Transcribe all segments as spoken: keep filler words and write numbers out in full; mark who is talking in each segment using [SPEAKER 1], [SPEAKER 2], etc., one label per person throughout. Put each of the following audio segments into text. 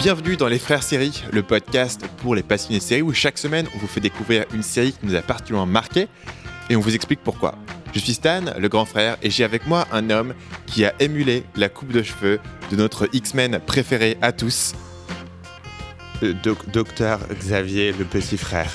[SPEAKER 1] Bienvenue dans Les Frères Séries, le podcast pour les passionnés de séries où chaque semaine on vous fait découvrir une série qui nous a particulièrement marqué et on vous explique pourquoi. Je suis Stan, le grand frère, et j'ai avec moi un homme qui a émulé la coupe de cheveux de notre X-Men préféré à tous.
[SPEAKER 2] Le doc- docteur Xavier, le petit frère.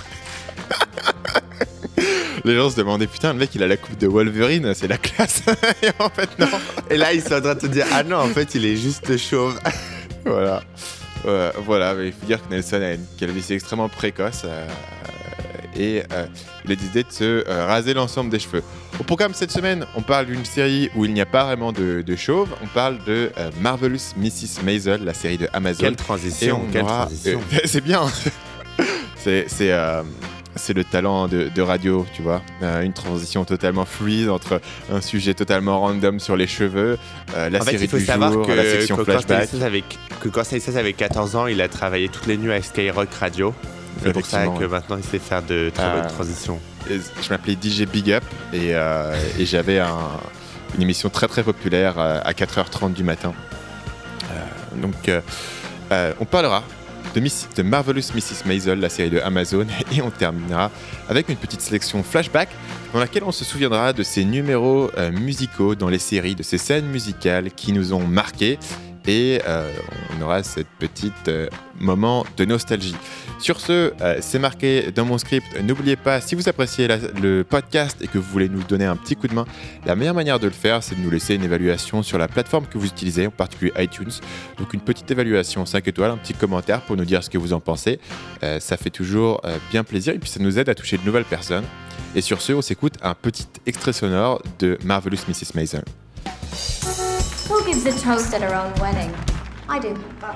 [SPEAKER 1] Les gens se demandaient, putain, le mec il a la coupe de Wolverine, c'est la classe. Et en fait, non.
[SPEAKER 2] Et là, ils sont en train de te dire, ah non, en fait, il est juste chauve.
[SPEAKER 1] Voilà. Euh, voilà, mais il faut dire que Nelson a une calvitie extrêmement précoce euh, et euh, il a décidé de se euh, raser l'ensemble des cheveux. Au programme cette semaine, on parle d'une série où il n'y a pas vraiment de, de chauve. On parle de euh, Marvelous missus Maisel, la série de Amazon.
[SPEAKER 2] Quelle transition, quelle
[SPEAKER 1] aura,
[SPEAKER 2] transition.
[SPEAKER 1] Euh, c'est bien. c'est, c'est, euh, c'est le talent de, de radio, tu vois. Euh, une transition totalement fluide entre un sujet totalement random sur les cheveux, euh, la
[SPEAKER 2] en
[SPEAKER 1] série
[SPEAKER 2] fait, il faut
[SPEAKER 1] du
[SPEAKER 2] savoir
[SPEAKER 1] jour,
[SPEAKER 2] que,
[SPEAKER 1] la section
[SPEAKER 2] que
[SPEAKER 1] flashback.
[SPEAKER 2] Quand avec, que quand Stanislas avait quatorze ans, il a travaillé toutes les nuits à Skyrock Radio. C'est pour ça que
[SPEAKER 1] ouais.
[SPEAKER 2] maintenant, il sait faire de très
[SPEAKER 1] Euh,
[SPEAKER 2] bonnes transitions.
[SPEAKER 1] Et je m'appelais D J Big Up et, euh, et j'avais un, une émission très très populaire euh, à quatre heures trente du matin. Euh, donc euh, euh, on parlera de, Miss, de Marvelous missus Maisel, la série de Amazon, et on terminera avec une petite sélection flashback dans laquelle on se souviendra de ces numéros euh, musicaux dans les séries, de ces scènes musicales qui nous ont marqués. Et euh, on aura ce petit euh, moment de nostalgie. Sur ce, euh, c'est marqué dans mon script. N'oubliez pas, si vous appréciez la, le podcast et que vous voulez nous donner un petit coup de main, la meilleure manière de le faire, c'est de nous laisser une évaluation sur la plateforme que vous utilisez, en particulier iTunes. Donc une petite évaluation cinq étoiles, un petit commentaire pour nous dire ce que vous en pensez. Euh, ça fait toujours euh, bien plaisir et puis ça nous aide à toucher de nouvelles personnes. Et sur ce, on s'écoute un petit extrait sonore de Marvelous missus Maisel.
[SPEAKER 3] Who gives a toast at her own wedding? I do.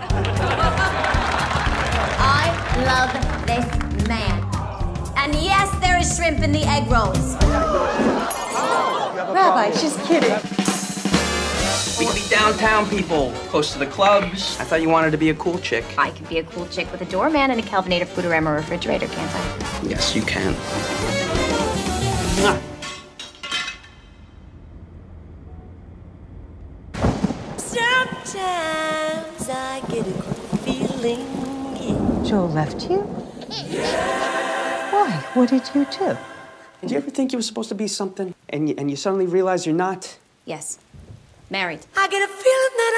[SPEAKER 3] I love this man. And yes, there is shrimp in the egg rolls.
[SPEAKER 4] Rabbi, she's kidding.
[SPEAKER 5] We could be downtown people, close to the clubs. I thought you wanted to be a cool chick.
[SPEAKER 3] I could be a cool chick with a doorman and a Kelvinator Foodorama refrigerator, can't I?
[SPEAKER 5] Yes, you can.
[SPEAKER 6] Sometimes I get a good feeling.
[SPEAKER 4] Joel left you? Why? What did you do?
[SPEAKER 5] Did you ever think you were supposed to be something, and you, and you suddenly realize you're not?
[SPEAKER 3] Yes. Married.
[SPEAKER 6] I get a feeling that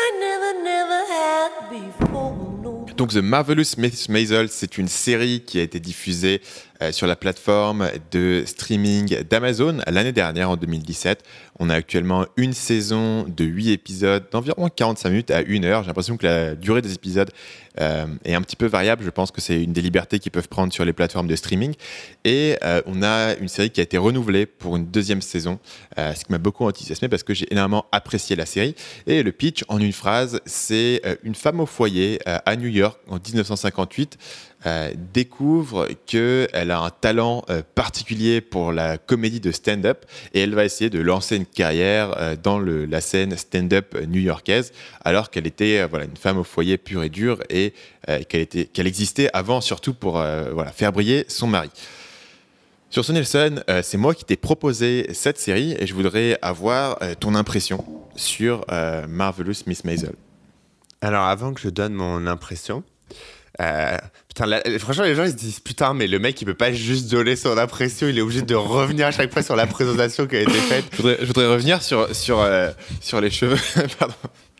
[SPEAKER 6] I never, never had before. No.
[SPEAKER 1] Donc The Marvelous missus Maisel, c'est une série qui a été diffusée euh, sur la plateforme de streaming d'Amazon l'année dernière, en deux mille dix-sept. On a actuellement une saison de huit épisodes d'environ quarante-cinq minutes à une heure. J'ai l'impression que la durée des épisodes euh, est un petit peu variable. Je pense que c'est une des libertés qu'ils peuvent prendre sur les plateformes de streaming. Et euh, on a une série qui a été renouvelée pour une deuxième saison, euh, ce qui m'a beaucoup enthousiasmé parce que j'ai énormément apprécié la série. Et le pitch, en une phrase, c'est euh, une femme au foyer euh, à New York en dix-neuf cent cinquante-huit euh, découvre qu'elle a un talent euh, particulier pour la comédie de stand-up et elle va essayer de lancer une carrière euh, dans le, la scène stand-up new-yorkaise alors qu'elle était euh, voilà, une femme au foyer pure et dure et euh, qu'elle, était, qu'elle existait avant surtout pour euh, voilà, faire briller son mari. Sur ce, Nelson, euh, c'est moi qui t'ai proposé cette série et je voudrais avoir euh, ton impression sur euh, Marvelous missus Maisel.
[SPEAKER 2] Alors, avant que je donne mon impression, euh, putain, là, franchement, les gens ils se disent putain, mais le mec il peut pas juste donner son impression, il est obligé de revenir à chaque fois sur la présentation qui a été faite.
[SPEAKER 1] Je voudrais, je voudrais revenir sur, sur, euh, sur les cheveux. Pardon.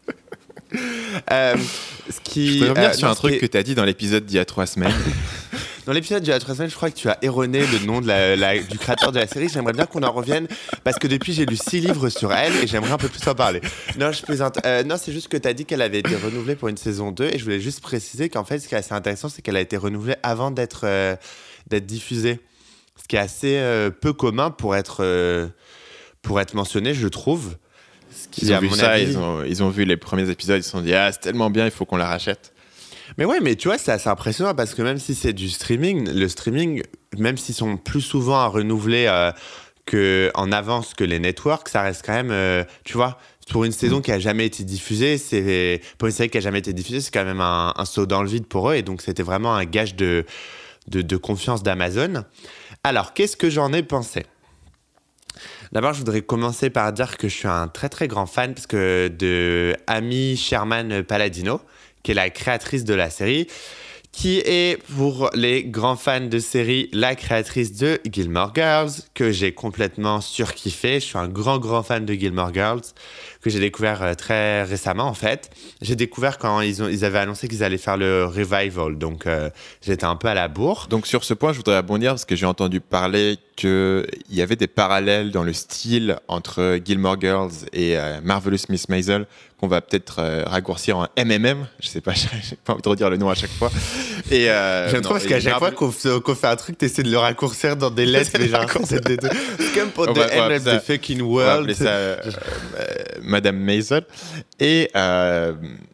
[SPEAKER 2] Euh, ce qui,
[SPEAKER 1] Je voudrais revenir
[SPEAKER 2] euh,
[SPEAKER 1] sur
[SPEAKER 2] non,
[SPEAKER 1] un truc
[SPEAKER 2] qui...
[SPEAKER 1] que tu as dit dans l'épisode d'il y a trois semaines.
[SPEAKER 2] Dans l'épisode d'il y a trois semaines, je crois que tu as erroné le nom de la, la, du créateur de la série. J'aimerais bien qu'on en revienne parce que depuis, j'ai lu six livres sur elle et j'aimerais un peu plus en parler. Non, je plaisante. Euh, non, c'est juste que tu as dit qu'elle avait été renouvelée pour une saison deux et je voulais juste préciser qu'en fait, ce qui est assez intéressant, c'est qu'elle a été renouvelée avant d'être, euh, d'être diffusée. Ce qui est assez euh, peu commun pour être, euh, pour être mentionné, je trouve. Ce qui,
[SPEAKER 1] Ils ont
[SPEAKER 2] à
[SPEAKER 1] vu
[SPEAKER 2] mon
[SPEAKER 1] ça,
[SPEAKER 2] avis...
[SPEAKER 1] ils, ont, ils ont vu les premiers épisodes, ils se sont dit « Ah, c'est tellement bien, il faut qu'on la rachète ».
[SPEAKER 2] Mais ouais, mais tu vois, c'est assez impressionnant parce que même si c'est du streaming, le streaming, même s'ils sont plus souvent à renouveler euh, que en avance que les networks, ça reste quand même, euh, tu vois, pour une saison qui a jamais été diffusée, c'est pour une série qui a jamais été diffusée, c'est quand même un, un saut dans le vide pour eux et donc c'était vraiment un gage de de, de confiance d'Amazon. Alors, qu'est-ce que j'en ai pensé ? D'abord, je voudrais commencer par dire que je suis un très très grand fan parce que de Amy Sherman Palladino, qui est la créatrice de la série, qui est, pour les grands fans de série, la créatrice de Gilmore Girls, que j'ai complètement surkiffé. Je suis un grand, grand fan de Gilmore Girls, que j'ai découvert euh, très récemment, en fait. J'ai découvert quand ils, ont, ils avaient annoncé qu'ils allaient faire le revival, donc euh, j'étais un peu à la bourre.
[SPEAKER 1] Donc sur ce point, je voudrais rebondir parce que j'ai entendu parler qu'il y avait des parallèles dans le style entre Gilmore Girls et euh, Marvelous Miss Maisel, qu'on va peut-être euh, raccourcir en M M M. Je sais pas, j'ai pas envie de redire le nom à chaque fois. Et euh,
[SPEAKER 2] J'aime trop parce qu'à chaque Marvel... fois qu'on fait, qu'on fait un truc, t'essaies de le raccourcir dans des lettres. Mais genre, c'est des... comme pour the end of the fucking world.
[SPEAKER 1] On va appeler ça euh, euh, Madame Maisel. Et, euh,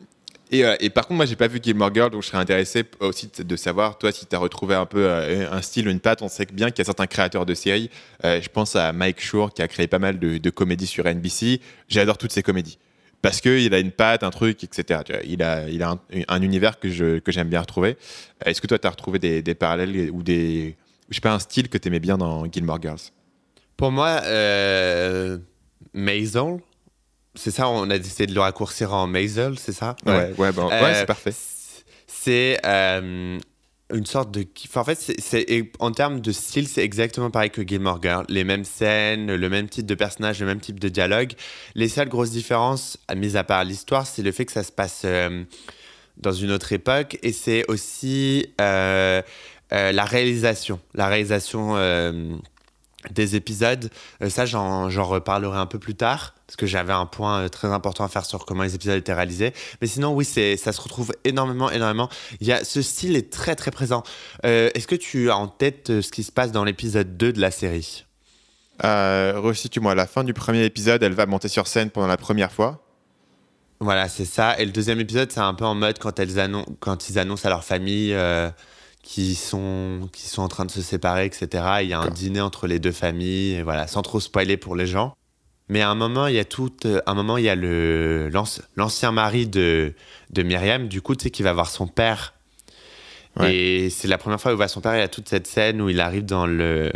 [SPEAKER 1] et, euh, et par contre, moi, j'ai pas vu Gilmore Girls, donc je serais intéressé aussi de savoir, toi, si tu as retrouvé un peu euh, un style, une patte. On sait bien qu'il y a certains créateurs de séries. Euh, je pense à Mike Schur, qui a créé pas mal de, de comédies sur N B C. J'adore toutes ces comédies. Parce qu'il a une patte, un truc, et cetera. Tu vois, il a, il a un, un univers que, je, que j'aime bien retrouver. Est-ce que toi, tu as retrouvé des, des parallèles ou des, je sais pas, un style que tu aimais bien dans Gilmore Girls?
[SPEAKER 2] Pour moi, euh, Maisel, c'est ça, on a décidé de le raccourcir en Maisel, c'est ça?
[SPEAKER 1] Ouais, ouais, ouais, bon, euh, ouais c'est parfait.
[SPEAKER 2] C'est euh, une sorte de... Enfin, en fait, c'est, c'est, en termes de style, c'est exactement pareil que Gilmore Girls. Les mêmes scènes, le même type de personnage, le même type de dialogue. Les seules grosses différences, mis à part l'histoire, c'est le fait que ça se passe euh, dans une autre époque. Et c'est aussi euh, euh, la réalisation. La réalisation... Euh, des épisodes, euh, ça j'en, j'en reparlerai un peu plus tard parce que j'avais un point euh, très important à faire sur comment les épisodes étaient réalisés, mais sinon oui, c'est, ça se retrouve énormément énormément. Il y a, ce style est très très présent. Euh, est-ce que tu as en tête euh, ce qui se passe dans l'épisode deux de la série?
[SPEAKER 1] euh, Resitue-moi, à la fin du premier épisode, elle va monter sur scène pendant la première fois.
[SPEAKER 2] Voilà, c'est ça, et le deuxième épisode, c'est un peu en mode quand, elles annon- quand ils annoncent à leur famille euh, qui sont, qui sont en train de se séparer, et cetera. Il y a un dîner entre les deux familles, et voilà, sans trop spoiler pour les gens. Mais à un moment, il y a tout, euh, un moment, il y a le, l'anci- l'ancien mari de, de Myriam, du coup, tu sais, qui va voir son père. Ouais. Et c'est la première fois où il voit son père, il y a toute cette scène où il arrive dans le...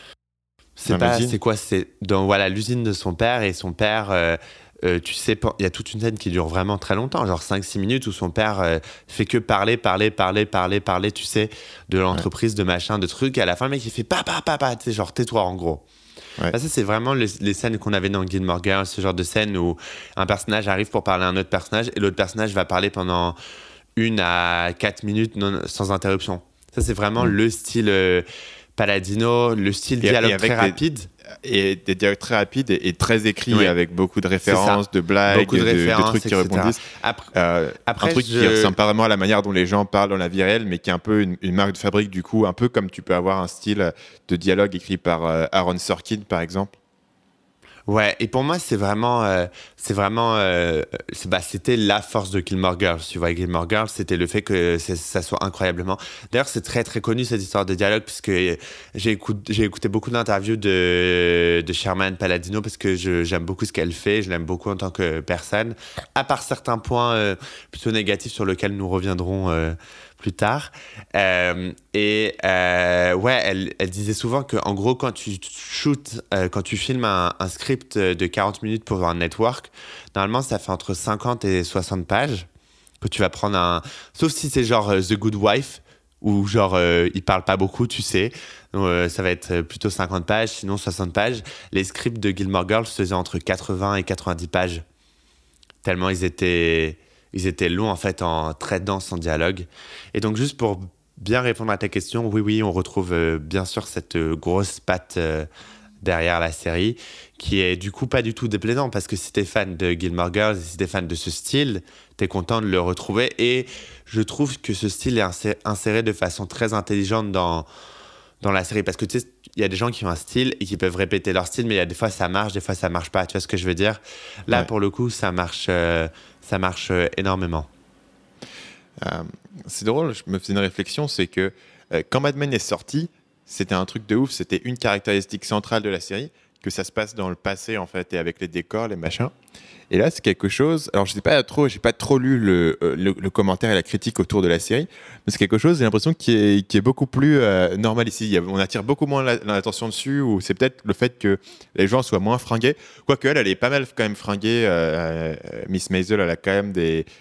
[SPEAKER 2] C'est pas, c'est quoi, c'est dans voilà, l'usine de son père, et son père... Euh, Euh, tu sais, il y a toute une scène qui dure vraiment très longtemps, genre cinq six minutes, où son père euh, fait que parler, parler, parler, parler, parler, tu sais, de l'entreprise, ouais. de machin, de trucs. Et à la fin, le mec, il fait papa, papa, tu sais, genre tais-toi en gros. Ouais. Bah, ça, c'est vraiment les, les scènes qu'on avait dans Gilmore Girls, ce genre de scène où un personnage arrive pour parler à un autre personnage et l'autre personnage va parler pendant une à quatre minutes non, sans interruption. Ça, c'est vraiment mmh. le style euh, Palladino, le style et, dialogue et très des... rapide.
[SPEAKER 1] Et des dialogues très rapides et, et très écrits, oui. avec beaucoup de références, de blagues, de, de, de trucs qui rebondissent. Après, euh, Après, un truc je... qui ressemble pas vraiment à la manière dont les gens parlent dans la vie réelle, mais qui est un peu une, une marque de fabrique, du coup, un peu comme tu peux avoir un style de dialogue écrit par euh, Aaron Sorkin, par exemple.
[SPEAKER 2] Ouais, et pour moi, c'est vraiment, euh, c'est vraiment, euh, c'est, bah, c'était la force de Gilmore Girls. Tu vois, Gilmore Girls, c'était le fait que ça soit incroyablement. D'ailleurs, c'est très très connu cette histoire de dialogue, puisque j'ai écouté, j'ai écouté beaucoup d'interviews de de Sherman Palladino parce que je, j'aime beaucoup ce qu'elle fait, je l'aime beaucoup en tant que personne. À part certains points euh, plutôt négatifs sur lesquels nous reviendrons euh, plus tard. Euh, et euh, ouais, elle, elle disait souvent que, en gros, quand tu shoots, euh, quand tu filmes un, un script de quarante minutes pour un network, normalement, ça fait entre cinquante et soixante pages que tu vas prendre un... Sauf si c'est genre euh, The Good Wife, où genre, euh, il parle pas beaucoup, tu sais. Donc, euh, ça va être plutôt cinquante pages, sinon soixante pages. Les scripts de Gilmore Girls faisaient entre quatre-vingts et quatre-vingt-dix pages. Tellement ils étaient... Ils étaient longs, en fait, en très dense, en dialogue. Et donc, juste pour bien répondre à ta question, oui, oui, on retrouve euh, bien sûr cette euh, grosse patte euh, derrière la série, qui est du coup pas du tout déplaisant, parce que si t'es fan de Gilmore Girls et si t'es fan de ce style, t'es content de le retrouver. Et je trouve que ce style est insé- inséré de façon très intelligente dans, dans la série. Parce que tu sais, il y a des gens qui ont un style et qui peuvent répéter leur style, mais il y a des fois ça marche, des fois ça marche pas. Tu vois ce que je veux dire? Là, ouais. pour le coup, ça marche... Euh, ça marche énormément.
[SPEAKER 1] Euh, c'est drôle, je me faisais une réflexion, c'est que euh, quand Mad Men est sorti, c'était un truc de ouf, c'était une caractéristique centrale de la série, que ça se passe dans le passé en fait, et avec les décors, les machins. Et là, c'est quelque chose. Alors, je sais pas trop, j'ai pas trop lu le, le, le commentaire et la critique autour de la série, mais c'est quelque chose, j'ai l'impression, qui est, qui est beaucoup plus euh, normal ici. Il y a, on attire beaucoup moins la, l'attention dessus, ou c'est peut-être le fait que les gens soient moins fringués. Quoique elle, elle est pas mal quand même fringuée. Euh, Miss Maisel, elle a quand même des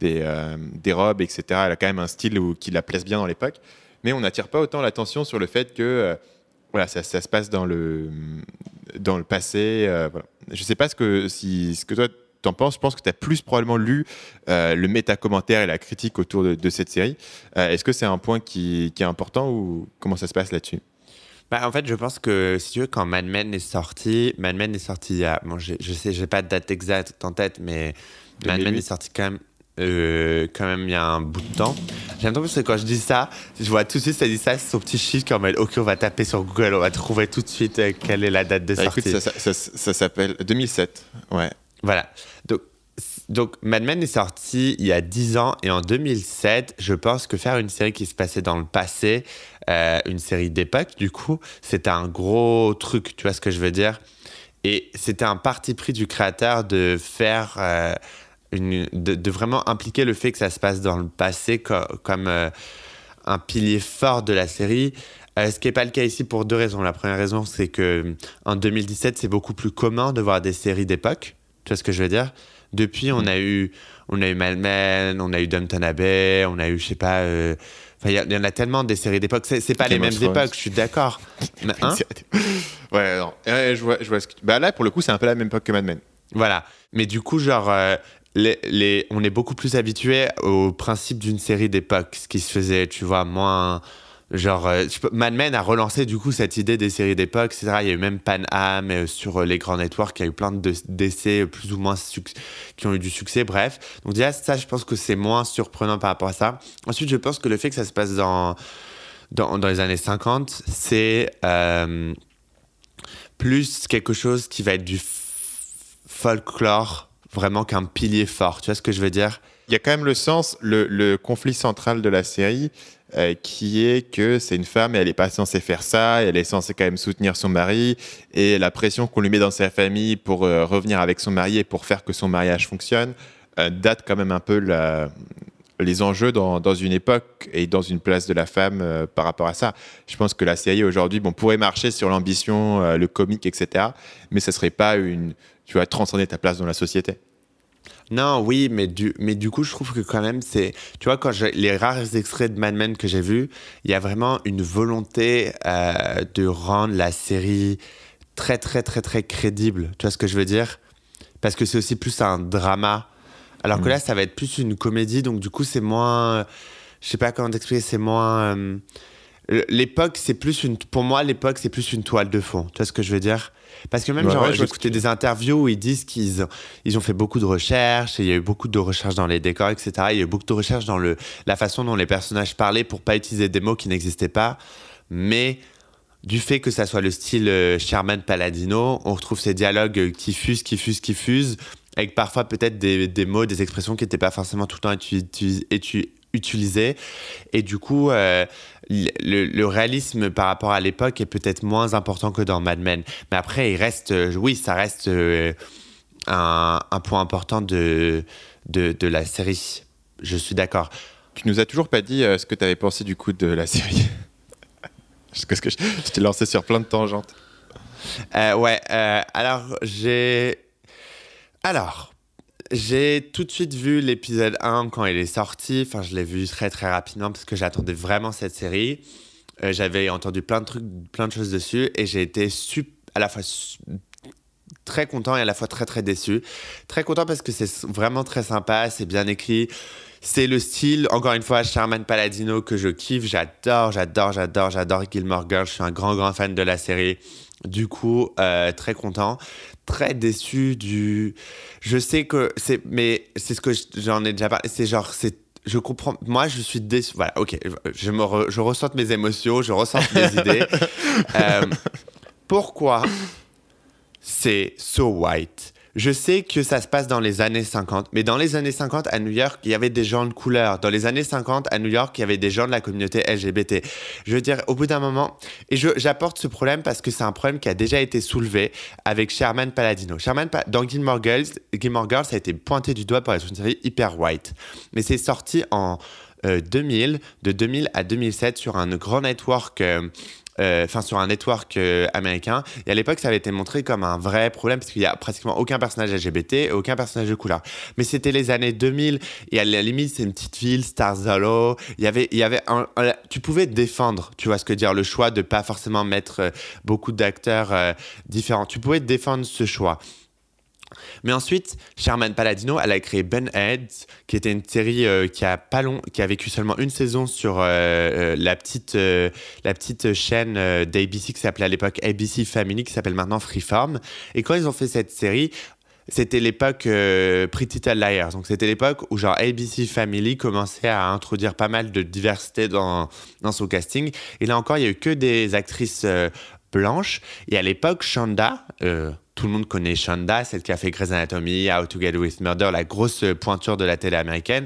[SPEAKER 1] des, euh, des robes, et cetera. Elle a quand même un style où, qui la place bien dans l'époque. Mais on n'attire pas autant l'attention sur le fait que euh, voilà, ça, ça se passe dans le, dans le passé. Euh, voilà. Je ne sais pas ce que, si, ce que toi t'en penses. Je pense que tu as plus probablement lu euh, le méta-commentaire et la critique autour de, de cette série. Euh, est-ce que c'est un point qui, qui est important ou comment ça se passe là-dessus?
[SPEAKER 2] Bah, en fait, je pense que si tu veux, quand Mad Men est sorti, Mad Men est sorti il y a. Bon, je, je sais, j'ai pas de date exacte en tête, mais Mad Men est sorti quand même. Euh, quand même, il y a un bout de temps. J'ai l'impression que quand je dis ça, je vois tout de suite, ça dit ça, c'est son petit chiffre comme ok, on va taper sur Google, on va trouver tout de suite euh, quelle est la date de
[SPEAKER 1] ah,
[SPEAKER 2] sortie.
[SPEAKER 1] Écoute, ça, ça, ça, ça s'appelle deux mille sept. Ouais.
[SPEAKER 2] Voilà. Donc, donc, Mad Men est sorti il y a dix ans et en deux mille sept, je pense que faire une série qui se passait dans le passé, euh, une série d'époque, du coup, c'était un gros truc, tu vois ce que je veux dire? Et c'était un parti pris du créateur de faire. Euh, Une, de, de vraiment impliquer le fait que ça se passe dans le passé co- comme euh, un pilier fort de la série. Euh, ce qui n'est pas le cas ici pour deux raisons. La première raison, c'est qu'en deux mille dix-sept, c'est beaucoup plus commun de voir des séries d'époque. Tu vois ce que je veux dire? Depuis, on a eu, on a eu Mad Men, on a eu Downton Abbey, on a eu, je sais pas... Euh, il y, y en a tellement des séries d'époque. C'est, c'est pas Game les mêmes époques, je suis d'accord. Mais, hein?
[SPEAKER 1] Ouais, non. Ouais, je vois, je vois ce que... Bah là, pour le coup, c'est un peu la même époque que Mad Men.
[SPEAKER 2] Voilà. Mais du coup, genre... Euh, Les, les, on est beaucoup plus habitué au principe d'une série d'époque, ce qui se faisait, tu vois, moins... Genre, euh, Mad Men a relancé du coup cette idée des séries d'époque, et cetera. Il y a eu même Pan Am euh, sur les grands networks, il y a eu plein de, d'essais plus ou moins suc- qui ont eu du succès, bref. Donc déjà, ça, je pense que c'est moins surprenant par rapport à ça. Ensuite, je pense que le fait que ça se passe dans, dans, dans les années cinquante, c'est euh, plus quelque chose qui va être du f- folklore, vraiment qu'un pilier fort, tu vois ce que je veux dire?
[SPEAKER 1] Il y a quand même le sens, le, le conflit central de la série, euh, qui est que c'est une femme et elle n'est pas censée faire ça, elle est censée quand même soutenir son mari, et la pression qu'on lui met dans sa famille pour euh, revenir avec son mari et pour faire que son mariage fonctionne, euh, date quand même un peu la, les enjeux dans, dans une époque et dans une place de la femme euh, par rapport à ça. Je pense que la série aujourd'hui bon, pourrait marcher sur l'ambition, euh, le comique, et cetera, mais ça ne serait pas une... Tu vas transcender ta place dans la société.
[SPEAKER 2] Non, oui, mais du, mais du coup, je trouve que quand même, c'est... Tu vois, quand je, les rares extraits de Mad Men que j'ai vus, il y a vraiment une volonté euh, de rendre la série très, très, très, très crédible. Tu vois ce que je veux dire? Parce que c'est aussi plus un drama. Alors mmh. que là, ça va être plus une comédie, donc du coup, c'est moins... Je sais pas comment t'expliquer, c'est moins... Euh, l'époque, c'est plus une... Pour moi, l'époque, c'est plus une toile de fond. Tu vois ce que je veux dire? Parce que même, ouais, genre, ouais, j'ai écouté des interviews où ils disent qu'ils ont, ils ont fait beaucoup de recherches, et il y a eu beaucoup de recherches dans les décors, et cetera. Il y a eu beaucoup de recherches dans le, la façon dont les personnages parlaient pour pas utiliser des mots qui n'existaient pas. Mais du fait que ça soit le style euh, Sherman Palladino, on retrouve ces dialogues qui fusent, qui fusent, qui fusent, avec parfois peut-être des, des mots, des expressions qui n'étaient pas forcément tout le temps étu- étu- étu- utilisées. Et du coup... Euh, Le, le réalisme par rapport à l'époque est peut-être moins important que dans Mad Men. Mais après, il reste, euh, oui, ça reste euh, un, un point important de, de, de la série. Je suis d'accord.
[SPEAKER 1] Tu nous as toujours pas dit euh, ce que tu avais pensé du coup de la série. Parce que je, je t'ai lancé sur plein de tangentes.
[SPEAKER 2] Euh, ouais, euh, alors j'ai... Alors... J'ai tout de suite vu l'épisode un quand il est sorti. Enfin, je l'ai vu très très rapidement parce que j'attendais vraiment cette série. Euh, j'avais entendu plein de trucs, plein de choses dessus et j'ai été sup- à la fois su- très content et à la fois très très déçu. Très content parce que c'est vraiment très sympa, c'est bien écrit. C'est le style, encore une fois, Sherman Palladino que je kiffe. J'adore, j'adore, j'adore, j'adore Gilmore Girls. Je suis un grand grand fan de la série. Du coup, euh, très content. Très déçu du... Je sais que c'est... Mais c'est ce que j'en ai déjà parlé. C'est genre... c'est je comprends... Moi, je suis déçu. Voilà, ok. Je, me re... je ressente mes émotions, je ressente mes idées. Euh, pourquoi c'est so white? Je sais que ça se passe dans les années cinquante, mais dans les années cinquante, à New York, il y avait des gens de couleur. Dans les années cinquante, à New York, il y avait des gens de la communauté L G B T. Je veux dire, au bout d'un moment... Et je, j'apporte ce problème parce que c'est un problème qui a déjà été soulevé avec Sherman Palladino. Sherman, dans Gilmore Girls, Gilmore Girls, ça a été pointé du doigt pour être une série hyper white. Mais c'est sorti en... euh, deux mille, de deux mille à deux mille sept, sur un grand network... Euh, enfin euh, sur un network euh, américain, et à l'époque ça avait été montré comme un vrai problème parce qu'il y a pratiquement aucun personnage L G B T et aucun personnage de couleur, mais c'était les années deux mille et à la limite c'est une petite ville, Stars Hollow, il y avait, il y avait un, un, tu pouvais défendre, tu vois ce que dire, le choix de pas forcément mettre euh, beaucoup d'acteurs euh, différents, tu pouvais défendre ce choix. Mais ensuite, Sherman Palladino, elle a créé Bunheads, qui était une série euh, qui a pas long, qui a vécu seulement une saison sur euh, euh, la petite euh, la petite chaîne euh, d'A B C qui s'appelait à l'époque A B C Family, qui s'appelle maintenant Freeform. Et quand ils ont fait cette série, c'était l'époque euh, Pretty Little Liars. Donc c'était l'époque où genre A B C Family commençait à introduire pas mal de diversité dans dans son casting. Et là encore, il y a eu que des actrices euh, blanches. Et à l'époque, Shonda euh, tout le monde connaît Shonda, celle qui a fait Grey's Anatomy, How to Get Away with Murder, la grosse pointure de la télé américaine,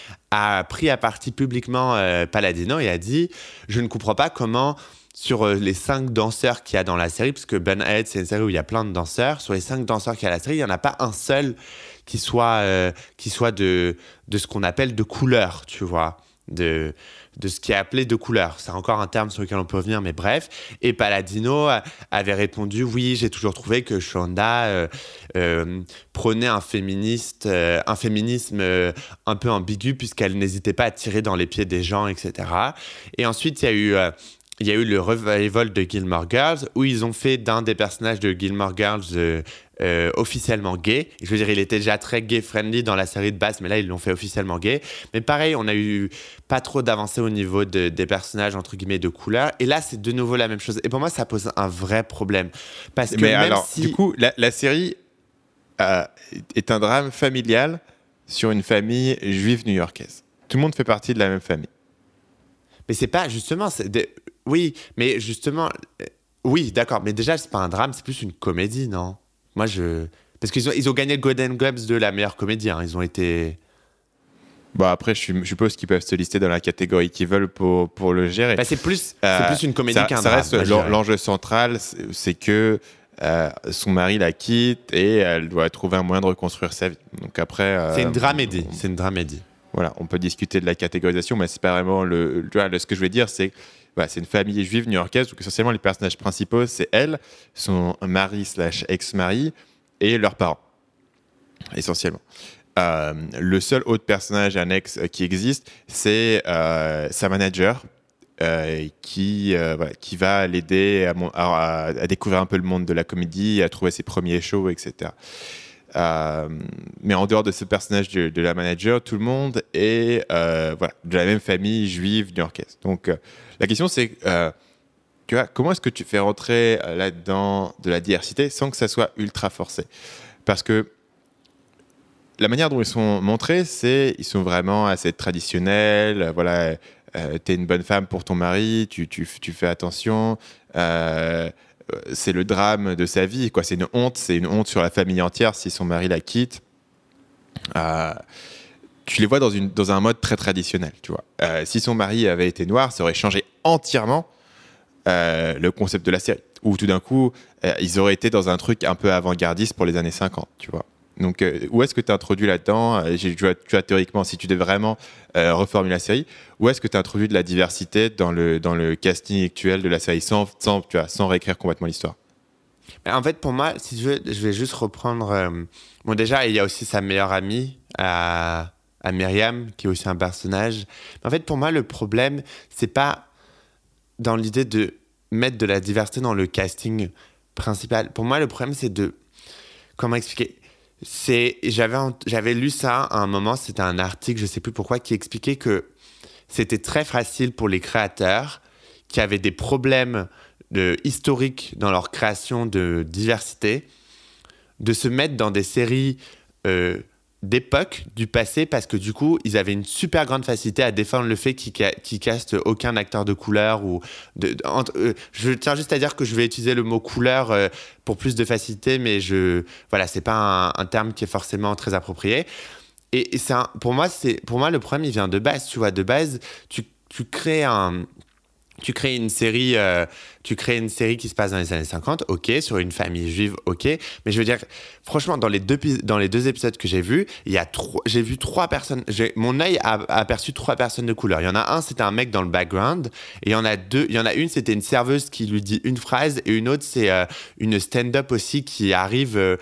[SPEAKER 2] a pris à partie publiquement euh, Palladino et a dit « Je ne comprends pas comment, sur euh, les cinq danseurs qu'il y a dans la série, parce que Bunheads, c'est une série où il y a plein de danseurs, sur les cinq danseurs qu'il y a dans la série, il n'y en a pas un seul qui soit, euh, qui soit de, de ce qu'on appelle de couleur, tu vois, de... de ce qui est appelé de couleur. C'est encore un terme sur lequel on peut revenir, mais bref. Et Palladino avait répondu « Oui, j'ai toujours trouvé que Shonda euh, euh, prônait un, féministe, euh, un féminisme euh, un peu ambigu puisqu'elle n'hésitait pas à tirer dans les pieds des gens, et cetera » Et ensuite, il y a eu... Euh, il y a eu le revival de Gilmore Girls où ils ont fait d'un des personnages de Gilmore Girls euh, euh, officiellement gay. Je veux dire, il était déjà très gay-friendly dans la série de base, mais là, ils l'ont fait officiellement gay. Mais pareil, on a eu pas trop d'avancées au niveau de, des personnages, entre guillemets, de couleur. Et là, c'est de nouveau la même chose. Et pour moi, ça pose un vrai problème. Parce que
[SPEAKER 1] mais
[SPEAKER 2] même
[SPEAKER 1] alors,
[SPEAKER 2] si...
[SPEAKER 1] du coup, la, la série euh, est un drame familial sur une famille juive new-yorkaise. Tout le monde fait partie de la même famille.
[SPEAKER 2] Mais c'est pas, justement... C'est des... Oui, mais justement... Oui, d'accord. Mais déjà, c'est pas un drame, c'est plus une comédie, non ? Moi, je... Parce qu'ils ont, ils ont gagné le Golden Globes de la meilleure comédie. Hein. Ils ont été...
[SPEAKER 1] Bon, après, je, je suppose qu'ils peuvent se lister dans la catégorie qu'ils veulent pour, pour le gérer.
[SPEAKER 2] Bah, c'est, plus,
[SPEAKER 1] euh,
[SPEAKER 2] c'est plus une comédie
[SPEAKER 1] ça,
[SPEAKER 2] qu'un
[SPEAKER 1] ça
[SPEAKER 2] drame.
[SPEAKER 1] reste l'en, l'enjeu central, c'est, c'est que euh, son mari la quitte et elle doit trouver un moyen de reconstruire sa vie. Donc après... Euh,
[SPEAKER 2] c'est une dramédie.
[SPEAKER 1] On,
[SPEAKER 2] c'est une dramédie.
[SPEAKER 1] Voilà, on peut discuter de la catégorisation, mais c'est pas vraiment le... le, le ce que je voulais dire, c'est... Voilà, c'est une famille juive new-yorkaise, donc essentiellement les personnages principaux, c'est elle, son mari slash ex-mari et leurs parents, essentiellement. Euh, le seul autre personnage annexe qui existe, c'est euh, sa manager, euh, qui, euh, voilà, qui va l'aider à, à, à découvrir un peu le monde de la comédie, à trouver ses premiers shows, et cetera. Euh, mais en dehors de ce personnage de, de la manager, tout le monde est euh, voilà, de la même famille juive new-yorkaise. Donc euh, la question c'est, euh, tu vois, comment est-ce que tu fais rentrer euh, là-dedans de la diversité sans que ça soit ultra forcé ? Parce que la manière dont ils sont montrés, c'est ils sont vraiment assez traditionnels. Euh, voilà, euh, t'es une bonne femme pour ton mari, tu, tu, tu fais attention. Euh, c'est le drame de sa vie, quoi. C'est une honte, c'est une honte sur la famille entière si son mari la quitte. Euh, tu les vois dans, une, dans un mode très traditionnel, tu vois. Euh, si son mari avait été noir, ça aurait changé entièrement euh, le concept de la série. Ou tout d'un coup, euh, ils auraient été dans un truc un peu avant-gardiste pour les années cinquante, tu vois. Donc, euh, où est-ce que tu as introduit là-dedans euh, tu, vois, tu vois, théoriquement, si tu devais vraiment euh, reformuler la série, où est-ce que tu as introduit de la diversité dans le, dans le casting actuel de la série, sans, sans, tu vois, sans réécrire complètement l'histoire ?
[SPEAKER 2] En fait, pour moi, si je veux, je vais juste reprendre... Euh... Bon, déjà, il y a aussi sa meilleure amie, à, à Myriam, qui est aussi un personnage. Mais en fait, pour moi, le problème, c'est pas dans l'idée de mettre de la diversité dans le casting principal. Pour moi, le problème, c'est de... Comment expliquer ? C'est, j'avais, j'avais lu ça à un moment, c'était un article, je ne sais plus pourquoi, qui expliquait que c'était très facile pour les créateurs qui avaient des problèmes de, historiques dans leur création de diversité de se mettre dans des séries euh, d'époque du passé parce que du coup, ils avaient une super grande facilité à défendre le fait qu'ils, ca- qu'ils castent aucun acteur de couleur. Ou de, de, entre, euh, je tiens juste à dire que je vais utiliser le mot couleur euh, pour plus de facilité, mais je, voilà, c'est pas un, un terme qui est forcément très approprié. Et, et c'est un, pour, moi, c'est, pour moi, le problème, il vient de base. Tu vois, de base, tu, tu crées un... Tu crées une série, euh, tu crées une série qui se passe dans les années cinquante, ok, sur une famille juive, ok. Mais je veux dire, franchement, dans les deux, dans les deux épisodes que j'ai vus, il y a trois, j'ai vu trois personnes, j'ai, mon œil a, a aperçu trois personnes de couleur. Il y en a un, c'était un mec dans le background, et il y en a deux, il y en a une, c'était une serveuse qui lui dit une phrase, et une autre, c'est euh, une stand-up aussi qui arrive, euh,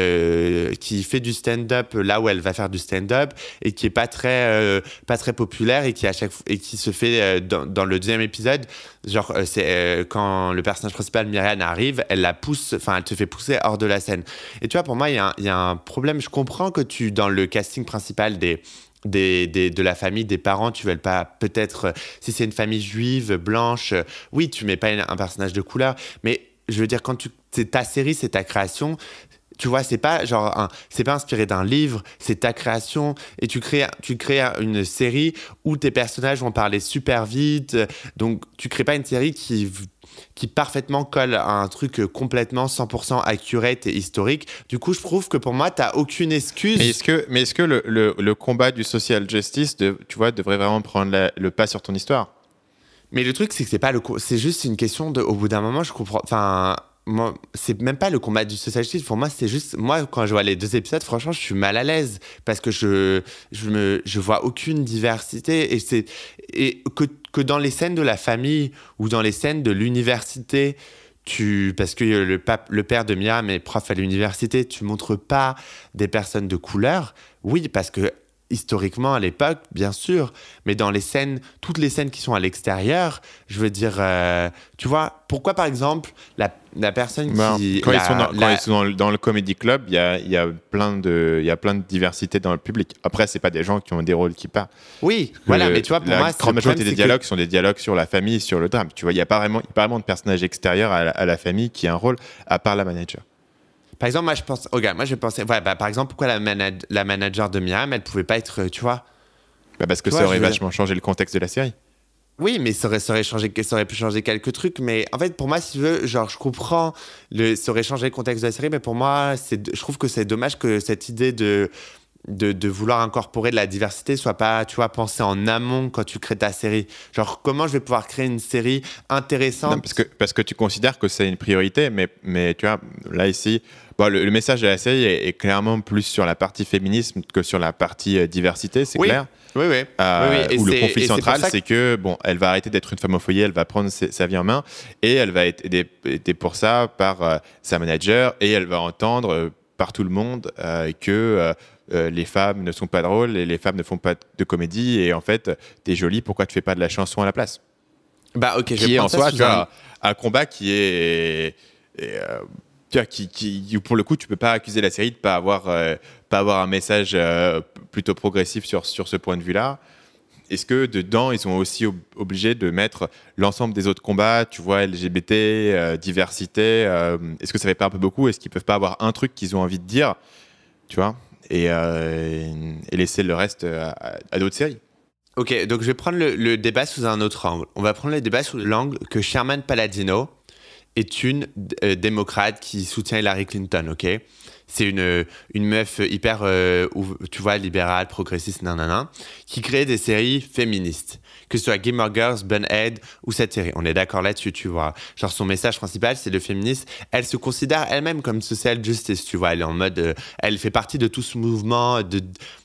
[SPEAKER 2] euh, qui fait du stand-up là où elle va faire du stand-up, et qui est pas très, euh, pas très populaire, et qui, à chaque, et qui se fait euh, dans, dans le deuxième épisode, genre, euh, c'est euh, quand le personnage principal, Myriam, arrive, elle la pousse, enfin, elle te fait pousser hors de la scène. Et tu vois, pour moi, il y, y a un problème. Je comprends que tu, dans le casting principal des, des, des, de la famille, des parents, tu veux pas, peut-être, euh, si c'est une famille juive, blanche, euh, oui, tu mets pas une, un personnage de couleur, mais je veux dire, quand tu, c'est ta série, c'est ta création. Tu vois, c'est pas genre un, c'est pas inspiré d'un livre, c'est ta création, et tu crées, tu crées une série où tes personnages vont parler super vite. Donc, tu crées pas une série qui, qui parfaitement colle à un truc complètement cent pour cent accurate et historique. Du coup, je trouve que pour moi, t'as aucune excuse.
[SPEAKER 1] Mais est-ce que, mais est-ce que le, le, le combat du social justice, de, tu vois, devrait vraiment prendre la, le pas sur ton histoire?
[SPEAKER 2] Mais le truc, c'est que c'est pas le, c'est juste une question de, au bout d'un moment, je comprends, enfin. Moi, c'est même pas le combat du social justice. Pour moi, c'est juste... Moi, quand je vois les deux épisodes, franchement, je suis mal à l'aise parce que je je me je vois aucune diversité. Et, c'est, et que, que dans les scènes de la famille ou dans les scènes de l'université, tu, parce que le, pape, le père de Myriam est prof à l'université, tu montres pas des personnes de couleur. Oui, parce que historiquement, à l'époque, bien sûr, mais dans les scènes, toutes les scènes qui sont à l'extérieur, je veux dire, euh, tu vois, pourquoi par exemple, la, la personne
[SPEAKER 1] ben,
[SPEAKER 2] qui...
[SPEAKER 1] Quand,
[SPEAKER 2] la,
[SPEAKER 1] ils sont, dans,
[SPEAKER 2] la...
[SPEAKER 1] quand ils sont dans, le, dans le comedy club, il y a, y, a plein de, y a plein de diversité dans le public. Après, c'est pas des gens qui ont des rôles qui partent.
[SPEAKER 2] Oui, voilà, le, mais tu vois, pour
[SPEAKER 1] la
[SPEAKER 2] moi...
[SPEAKER 1] La grande majorité des
[SPEAKER 2] que...
[SPEAKER 1] dialogues sont des dialogues sur la famille, sur le drame. Tu vois, il n'y a pas vraiment, pas vraiment de personnage extérieur à la, à la famille qui a un rôle, à part la manager.
[SPEAKER 2] Par exemple, moi, je pense... Regarde, moi, je pensais... Ouais, bah, par exemple, pourquoi la, manag... la manager de Myriam, elle pouvait pas être, tu vois...
[SPEAKER 1] Bah parce que
[SPEAKER 2] tu
[SPEAKER 1] ça
[SPEAKER 2] vois,
[SPEAKER 1] aurait
[SPEAKER 2] je...
[SPEAKER 1] vachement changé le contexte de la série.
[SPEAKER 2] Oui, mais ça aurait, ça, aurait changé, ça aurait pu changer quelques trucs. Mais en fait, pour moi, si tu veux, genre, je comprends, le, ça aurait changé le contexte de la série, mais pour moi, c'est, je trouve que c'est dommage que cette idée de, de, de vouloir incorporer de la diversité soit pas, tu vois, pensée en amont quand tu crées ta série. Genre, comment je vais pouvoir créer une série intéressante?
[SPEAKER 1] Non, parce que, parce que tu considères que c'est une priorité, mais, mais tu vois, là, ici... Bon, le, le message de la série est, est clairement plus sur la partie féminisme que sur la partie euh, diversité, c'est
[SPEAKER 2] oui.
[SPEAKER 1] clair.
[SPEAKER 2] Oui, oui.
[SPEAKER 1] Euh,
[SPEAKER 2] oui, oui. Et
[SPEAKER 1] où le
[SPEAKER 2] c'est,
[SPEAKER 1] conflit central,
[SPEAKER 2] c'est,
[SPEAKER 1] c'est que bon, elle va arrêter d'être une femme au foyer, elle va prendre ses, sa vie en main et elle va être aidée, aidée pour ça par euh, sa manager et elle va entendre euh, par tout le monde euh, que euh, euh, les femmes ne sont pas drôles et les femmes ne font pas de comédie et en fait, t'es jolie, pourquoi tu fais pas de la chanson à la place?
[SPEAKER 2] Bah ok, je
[SPEAKER 1] qui
[SPEAKER 2] vais
[SPEAKER 1] est en
[SPEAKER 2] prendre ça
[SPEAKER 1] soi,
[SPEAKER 2] sous
[SPEAKER 1] tu
[SPEAKER 2] un-
[SPEAKER 1] vois, un combat qui est, est, euh, tu vois, qui, qui, pour le coup, tu peux pas accuser la série de pas avoir, euh, pas avoir un message euh, plutôt progressif sur, sur ce point de vue-là. Est-ce que dedans, ils sont aussi ob- obligés de mettre l'ensemble des autres combats, tu vois, L G B T, euh, diversité, euh, est-ce que ça fait pas un peu beaucoup? Est-ce qu'ils peuvent pas avoir un truc qu'ils ont envie de dire, tu vois, et, euh, et laisser le reste à, à d'autres séries?
[SPEAKER 2] Ok, donc je vais prendre le, le débat sous un autre angle. On va prendre le débat sous l'angle que Sherman Palladino est une euh, démocrate qui soutient Hillary Clinton, ok? C'est une, une meuf hyper, euh, ou- tu vois, libérale, progressiste, nanana, qui crée des séries féministes. Que ce soit Gilmore Girls, Bunhead ou cette série. On est d'accord là-dessus, tu vois. Genre, son message principal, c'est le féminisme. Elle se considère elle-même comme social justice, tu vois. Elle est en mode... euh, elle fait partie de tout ce mouvement de...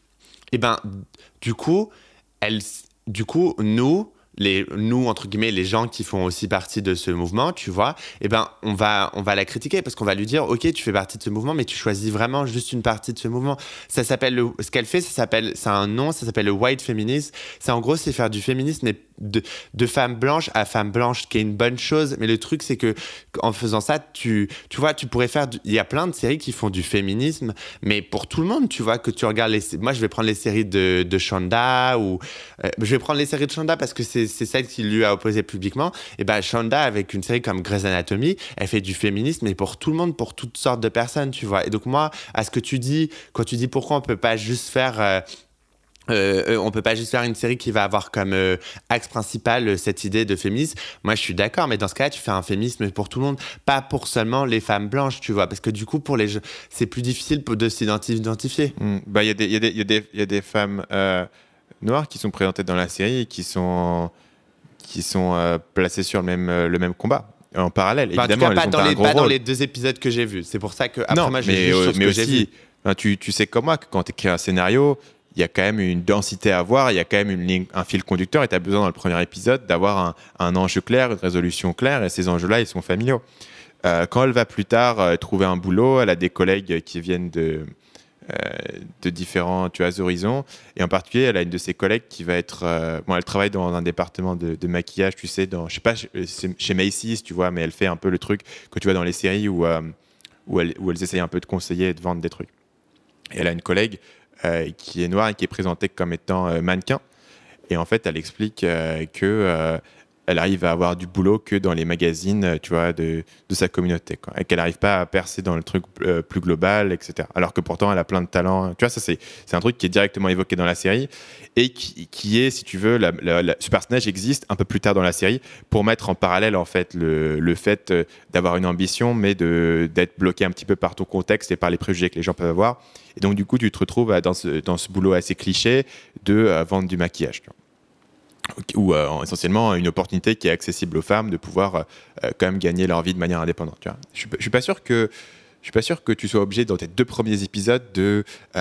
[SPEAKER 2] Et ben, du coup... Elle, du coup, nous, les, nous, entre guillemets, les gens qui font aussi partie de ce mouvement, tu vois, eh ben, on va, on va la critiquer parce qu'on va lui dire, ok, tu fais partie de ce mouvement, mais tu choisis vraiment juste une partie de ce mouvement. Ça s'appelle, le, ce qu'elle fait, ça s'appelle, c'est un nom, ça s'appelle le white feminism. C'est en gros, c'est faire du féminisme, mais de, de femme blanche à femme blanche, ce qui est une bonne chose. Mais le truc, c'est que en faisant ça, tu, tu vois, tu pourrais faire, du, il y a plein de séries qui font du féminisme, mais pour tout le monde, tu vois, que tu regardes les, moi, je vais prendre les séries de, de Shonda ou, euh, je vais prendre les séries de Shonda parce que c'est, c'est celle qui lui a opposé publiquement. Et ben, Shonda, avec une série comme Grey's Anatomy, elle fait du féminisme, mais pour tout le monde, pour toutes sortes de personnes, tu vois. Et donc, moi, à ce que tu dis, quand tu dis pourquoi on peut pas juste faire, euh, Euh, on peut pas juste faire une série qui va avoir comme euh, axe principal euh, cette idée de féminisme. Moi, je suis d'accord, mais dans ce cas-là, tu fais un féminisme pour tout le monde, pas pour seulement les femmes blanches, tu vois, parce que du coup, pour les, c'est plus difficile de s'identifier.
[SPEAKER 1] Mm. Bah, il y a des, il y a des, il y a des, il y a des femmes euh, noires qui sont présentées dans la série et qui sont, qui sont euh, placées sur le même, euh, le même combat. en parallèle.
[SPEAKER 2] Enfin, en tout
[SPEAKER 1] Évidemment,
[SPEAKER 2] cas, pas,
[SPEAKER 1] elles ont
[SPEAKER 2] dans
[SPEAKER 1] pas
[SPEAKER 2] les,
[SPEAKER 1] un gros
[SPEAKER 2] pas dans
[SPEAKER 1] rôle.
[SPEAKER 2] les deux épisodes que j'ai vus. C'est pour ça que après
[SPEAKER 1] Non,
[SPEAKER 2] moi, je
[SPEAKER 1] mais,
[SPEAKER 2] juge
[SPEAKER 1] euh,
[SPEAKER 2] sur ce
[SPEAKER 1] mais
[SPEAKER 2] que j'ai
[SPEAKER 1] aussi,
[SPEAKER 2] vu.
[SPEAKER 1] enfin, tu, tu sais comme moi que quand tu écris un scénario, il y a quand même une densité à avoir, il y a quand même une ligne, un fil conducteur, et tu as besoin dans le premier épisode d'avoir un, un enjeu clair, une résolution claire, et ces enjeux-là, ils sont familiaux. Euh, quand elle va plus tard euh, trouver un boulot, elle a des collègues qui viennent de, euh, de différents tu vois, horizons, et en particulier, elle a une de ses collègues qui va être... Euh, bon, elle travaille dans un département de, de maquillage, tu sais, dans, je sais pas, chez, chez Macy's, tu vois, mais elle fait un peu le truc que tu vois dans les séries où, euh, où, elle, où elles essayent un peu de conseiller et de vendre des trucs. Et elle a une collègue euh, qui est noire et qui est présentée comme étant euh, mannequin. Et en fait, elle explique euh, que euh, elle arrive à avoir du boulot que dans les magazines, tu vois, de, de sa communauté, quoi. Et qu'elle n'arrive pas à percer dans le truc euh, plus global, et cetera. Alors que pourtant, elle a plein de talents. Tu vois, ça, c'est, c'est un truc qui est directement évoqué dans la série et qui, qui est, si tu veux, la, la, la, ce personnage existe un peu plus tard dans la série pour mettre en parallèle, en fait, le, le fait d'avoir une ambition, mais de, d'être bloqué un petit peu par ton contexte et par les préjugés que les gens peuvent avoir. Et donc, du coup, tu te retrouves dans ce, dans ce boulot assez cliché de euh, vendre du maquillage, tu vois. Ou euh, essentiellement une opportunité qui est accessible aux femmes de pouvoir euh, quand même gagner leur vie de manière indépendante. Tu vois. Je suis, je suis pas sûr que je suis pas sûr que tu sois obligé dans tes deux premiers épisodes de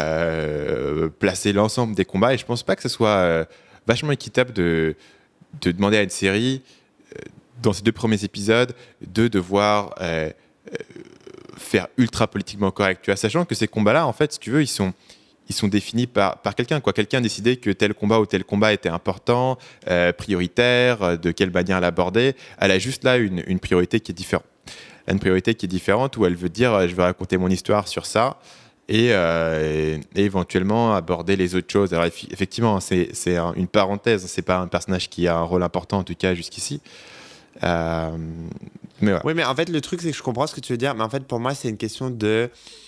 [SPEAKER 1] euh, placer l'ensemble des combats, et je pense pas que ce soit euh, vachement équitable de de demander à une série euh, dans ces deux premiers épisodes de devoir euh, euh, faire ultra politiquement correct. Tu vois, sachant que ces combats-là, en fait, si tu veux, ils sont ils sont définis par, par quelqu'un, quoi. Quelqu'un a décidé que tel combat ou tel combat était important, euh, prioritaire, de quelle manière l'aborder. Elle a juste là une, une priorité qui est différente. Elle a une priorité qui est différente où elle veut dire, je vais raconter mon histoire sur ça et, euh, et, et éventuellement aborder les autres choses. Alors effectivement, c'est, c'est une parenthèse, c'est pas un personnage qui a un rôle important, en tout cas jusqu'ici. Euh, mais ouais.
[SPEAKER 2] Oui, mais en fait, le truc, c'est que je comprends ce que tu veux dire, mais en fait, pour moi, c'est une question de...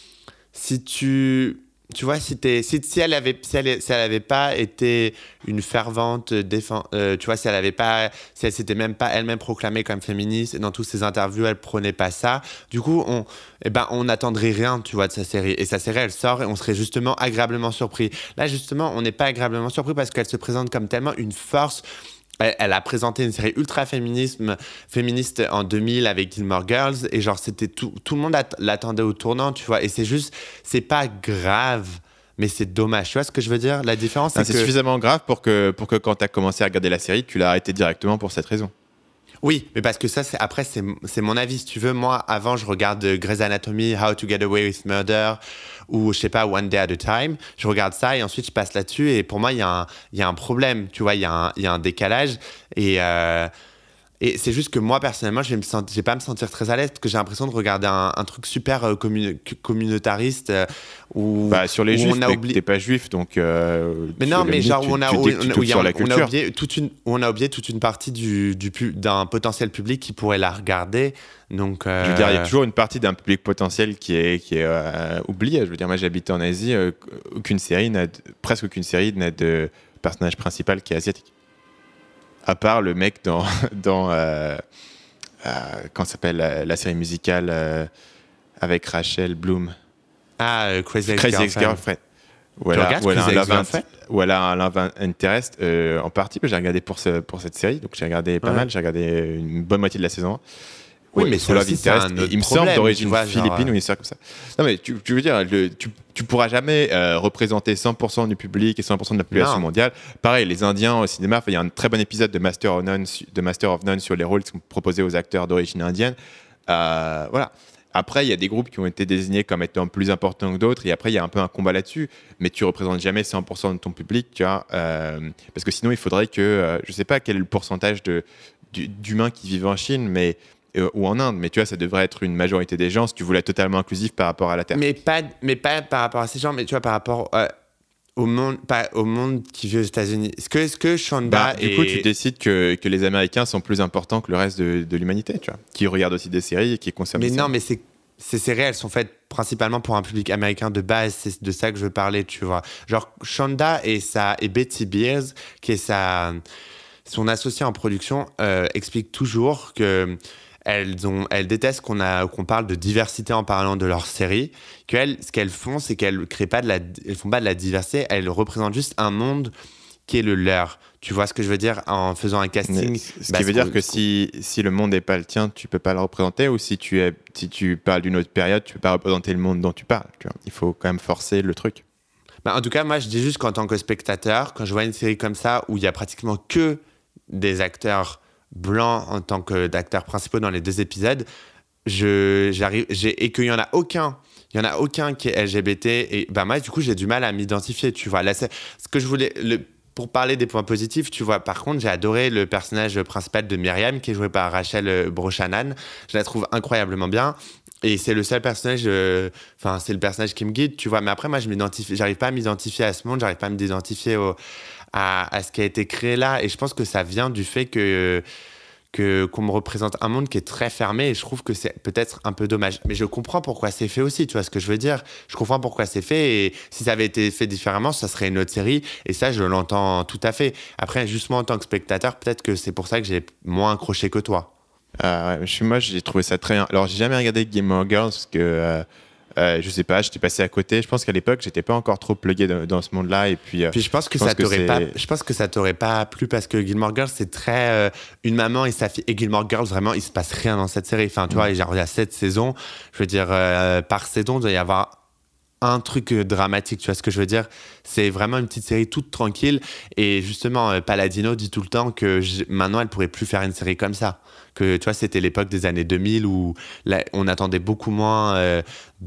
[SPEAKER 2] Si tu... Tu vois, si, t'es, si, si elle avait, si elle, si elle avait pas été une fervente défense, euh, tu vois, si elle avait pas, si elle s'était même pas elle-même proclamée comme féministe, et dans toutes ses interviews, elle prenait pas ça. Du coup, on, eh ben, on n'attendrait rien, tu vois, de sa série. Et sa série, elle sort et on serait justement agréablement surpris. Là, justement, on n'est pas agréablement surpris parce qu'elle se présente comme tellement une force. Elle, elle a présenté une série ultra féminisme, féministe en deux mille avec Gilmore Girls, et genre c'était tout, tout le monde att- l'attendait au tournant, tu vois, et c'est juste, c'est pas grave, mais c'est dommage, tu vois ce que je veux dire? La différence, c'est
[SPEAKER 1] non,
[SPEAKER 2] que...
[SPEAKER 1] c'est suffisamment grave pour que, pour que quand tu as commencé à regarder la série, tu l'as arrêté directement pour cette raison.
[SPEAKER 2] Oui, mais parce que ça, c'est, après, c'est, c'est mon avis, si tu veux. Moi, avant, je regarde Grey's Anatomy, How to Get Away with Murder, ou, je sais pas, One Day at a Time. Je regarde ça et ensuite, je passe là-dessus. Et pour moi, il y, y a un problème, tu vois, il y, y a un décalage. Et, euh, et c'est juste que moi, personnellement, je vais, me sentir, je vais pas me sentir très à l'aise parce que j'ai l'impression de regarder un, un truc super euh, commun, communautariste euh, où,
[SPEAKER 1] bah, sur les
[SPEAKER 2] où
[SPEAKER 1] juifs,
[SPEAKER 2] on a oublié...
[SPEAKER 1] t'es pas juif, donc... Euh,
[SPEAKER 2] mais non, mais genre,
[SPEAKER 1] tu,
[SPEAKER 2] où on a,
[SPEAKER 1] tu,
[SPEAKER 2] où,
[SPEAKER 1] tu, tu
[SPEAKER 2] où y a,
[SPEAKER 1] sur la
[SPEAKER 2] on a oublié toute une, où on a oublié toute une partie du, du, d'un potentiel public qui pourrait la regarder. Donc, euh...
[SPEAKER 1] je veux dire, il y a toujours une partie d'un public potentiel qui est, qui est euh, oublié. Je veux dire, moi, j'habite en Asie, euh, aucune série n'a de, presque aucune série n'a de personnage principal qui est asiatique. À part le mec dans, dans euh, euh, comment s'appelle la, la série musicale euh, avec Rachel Bloom.
[SPEAKER 2] Ah, euh, Crazy
[SPEAKER 1] Crazy Ex-Girlfriend. Ou elle a, ou elle a un love int- ou elle a un love interest euh, en partie. J'ai regardé pour, ce, pour cette série, donc j'ai regardé pas ouais. mal. J'ai regardé une bonne moitié de la saison un.
[SPEAKER 2] Oui, ouais, mais c'est aussi, c'est un autre
[SPEAKER 1] il me
[SPEAKER 2] problème,
[SPEAKER 1] semble d'origine
[SPEAKER 2] vois,
[SPEAKER 1] philippine
[SPEAKER 2] genre...
[SPEAKER 1] ou une histoire comme ça. Non, mais tu, tu veux dire, le, tu, tu pourras jamais euh, représenter cent pour cent du public et cent pour cent de la population non. mondiale. Pareil, les Indiens au cinéma, il y a un très bon épisode de Master of None, de Master of None sur les rôles qui sont proposés aux acteurs d'origine indienne. Euh, voilà. Après, il y a des groupes qui ont été désignés comme étant plus importants que d'autres, et après, il y a un peu un combat là-dessus, mais tu ne représentes jamais cent pour cent de ton public, tu vois, euh, parce que sinon, il faudrait que, euh, je ne sais pas quel est le pourcentage de, d'humains qui vivent en Chine, mais Euh, ou en Inde, mais tu vois, ça devrait être une majorité des gens si tu voulais être totalement inclusif par rapport à la Terre.
[SPEAKER 2] Mais pas, mais pas par rapport à ces gens, mais tu vois, par rapport euh, au, monde, pas, au monde qui vit aux États-Unis. Est-ce que, est-ce que Shonda
[SPEAKER 1] bah,
[SPEAKER 2] est...
[SPEAKER 1] Du coup, tu décides que, que les Américains sont plus importants que le reste de, de l'humanité, tu vois, qui regardent aussi des séries et qui consomment
[SPEAKER 2] Mais
[SPEAKER 1] des
[SPEAKER 2] non,
[SPEAKER 1] séries.
[SPEAKER 2] mais c'est, ces séries, elles sont faites principalement pour un public américain de base, c'est de ça que je veux parler, tu vois. Genre, Shonda et, sa, et Betty Beers, qui est sa, son associée en production, euh, expliquent toujours que Elles, ont, elles détestent qu'on, a, qu'on parle de diversité en parlant de leur série. Qu'elles, ce qu'elles font, c'est qu'elles créent pas de la, elles font pas de la diversité. Elles représentent juste un monde qui est le leur. Tu vois ce que je veux dire en faisant un casting.
[SPEAKER 1] Mais ce
[SPEAKER 2] bah,
[SPEAKER 1] qui veut
[SPEAKER 2] ce
[SPEAKER 1] dire que si, si le monde n'est pas le tien, tu peux pas le représenter, ou si tu, es, si tu parles d'une autre période, tu peux pas représenter le monde dont tu parles. Tu vois. Il faut quand même forcer le truc.
[SPEAKER 2] Bah, en tout cas, moi, je dis juste qu'en tant que spectateur, quand je vois une série comme ça, où il y a pratiquement que des acteurs blancs en tant que d'acteurs principaux dans les deux épisodes, je, j'arrive, j'ai, et qu'il n'y en a aucun, il y en a aucun qui est L G B T, et bah, moi, du coup, j'ai du mal à m'identifier, tu vois. Là, c'est, ce que je voulais... Le, Pour parler des points positifs, tu vois, par contre, j'ai adoré le personnage principal de Myriam, qui est joué par Rachel Brosnahan. Je la trouve incroyablement bien. Et c'est le seul personnage, enfin, euh, c'est le personnage qui me guide, tu vois. Mais après, moi, je m'identifie, j'arrive pas à m'identifier à ce monde, j'arrive pas à m'identifier au, à, à ce qui a été créé là. Et je pense que ça vient du fait que, que, qu'on me représente un monde qui est très fermé. Et je trouve que c'est peut-être un peu dommage. Mais je comprends pourquoi c'est fait aussi, tu vois ce que je veux dire. Je comprends pourquoi c'est fait. Et si ça avait été fait différemment, ça serait une autre série. Et ça, je l'entends tout à fait. Après, justement, en tant que spectateur, peut-être que c'est pour ça que j'ai moins accroché que toi.
[SPEAKER 1] Euh, ouais, je suis moi, j'ai trouvé ça très. Alors, j'ai jamais regardé Gilmore Girls parce que euh, euh, je sais pas, j'étais passé à côté. Je pense qu'à l'époque, j'étais pas encore trop plugué dans, dans ce monde-là. Et puis, euh,
[SPEAKER 2] puis je pense que
[SPEAKER 1] je pense
[SPEAKER 2] ça
[SPEAKER 1] que
[SPEAKER 2] t'aurait
[SPEAKER 1] c'est...
[SPEAKER 2] pas. Je pense que ça t'aurait pas plu parce que Gilmore Girls, c'est très euh, une maman et sa fille. Et Gilmore Girls, vraiment, il se passe rien dans cette série. Enfin, tu vois, genre il y a sept saisons. Je veux dire, euh, par saison, il doit y avoir un truc dramatique, tu vois ce que je veux dire. C'est vraiment une petite série toute tranquille. Et justement, Palladino dit tout le temps que je, maintenant, elle pourrait plus faire une série comme ça. Que tu vois, c'était l'époque des années deux mille où là, on attendait beaucoup moins euh,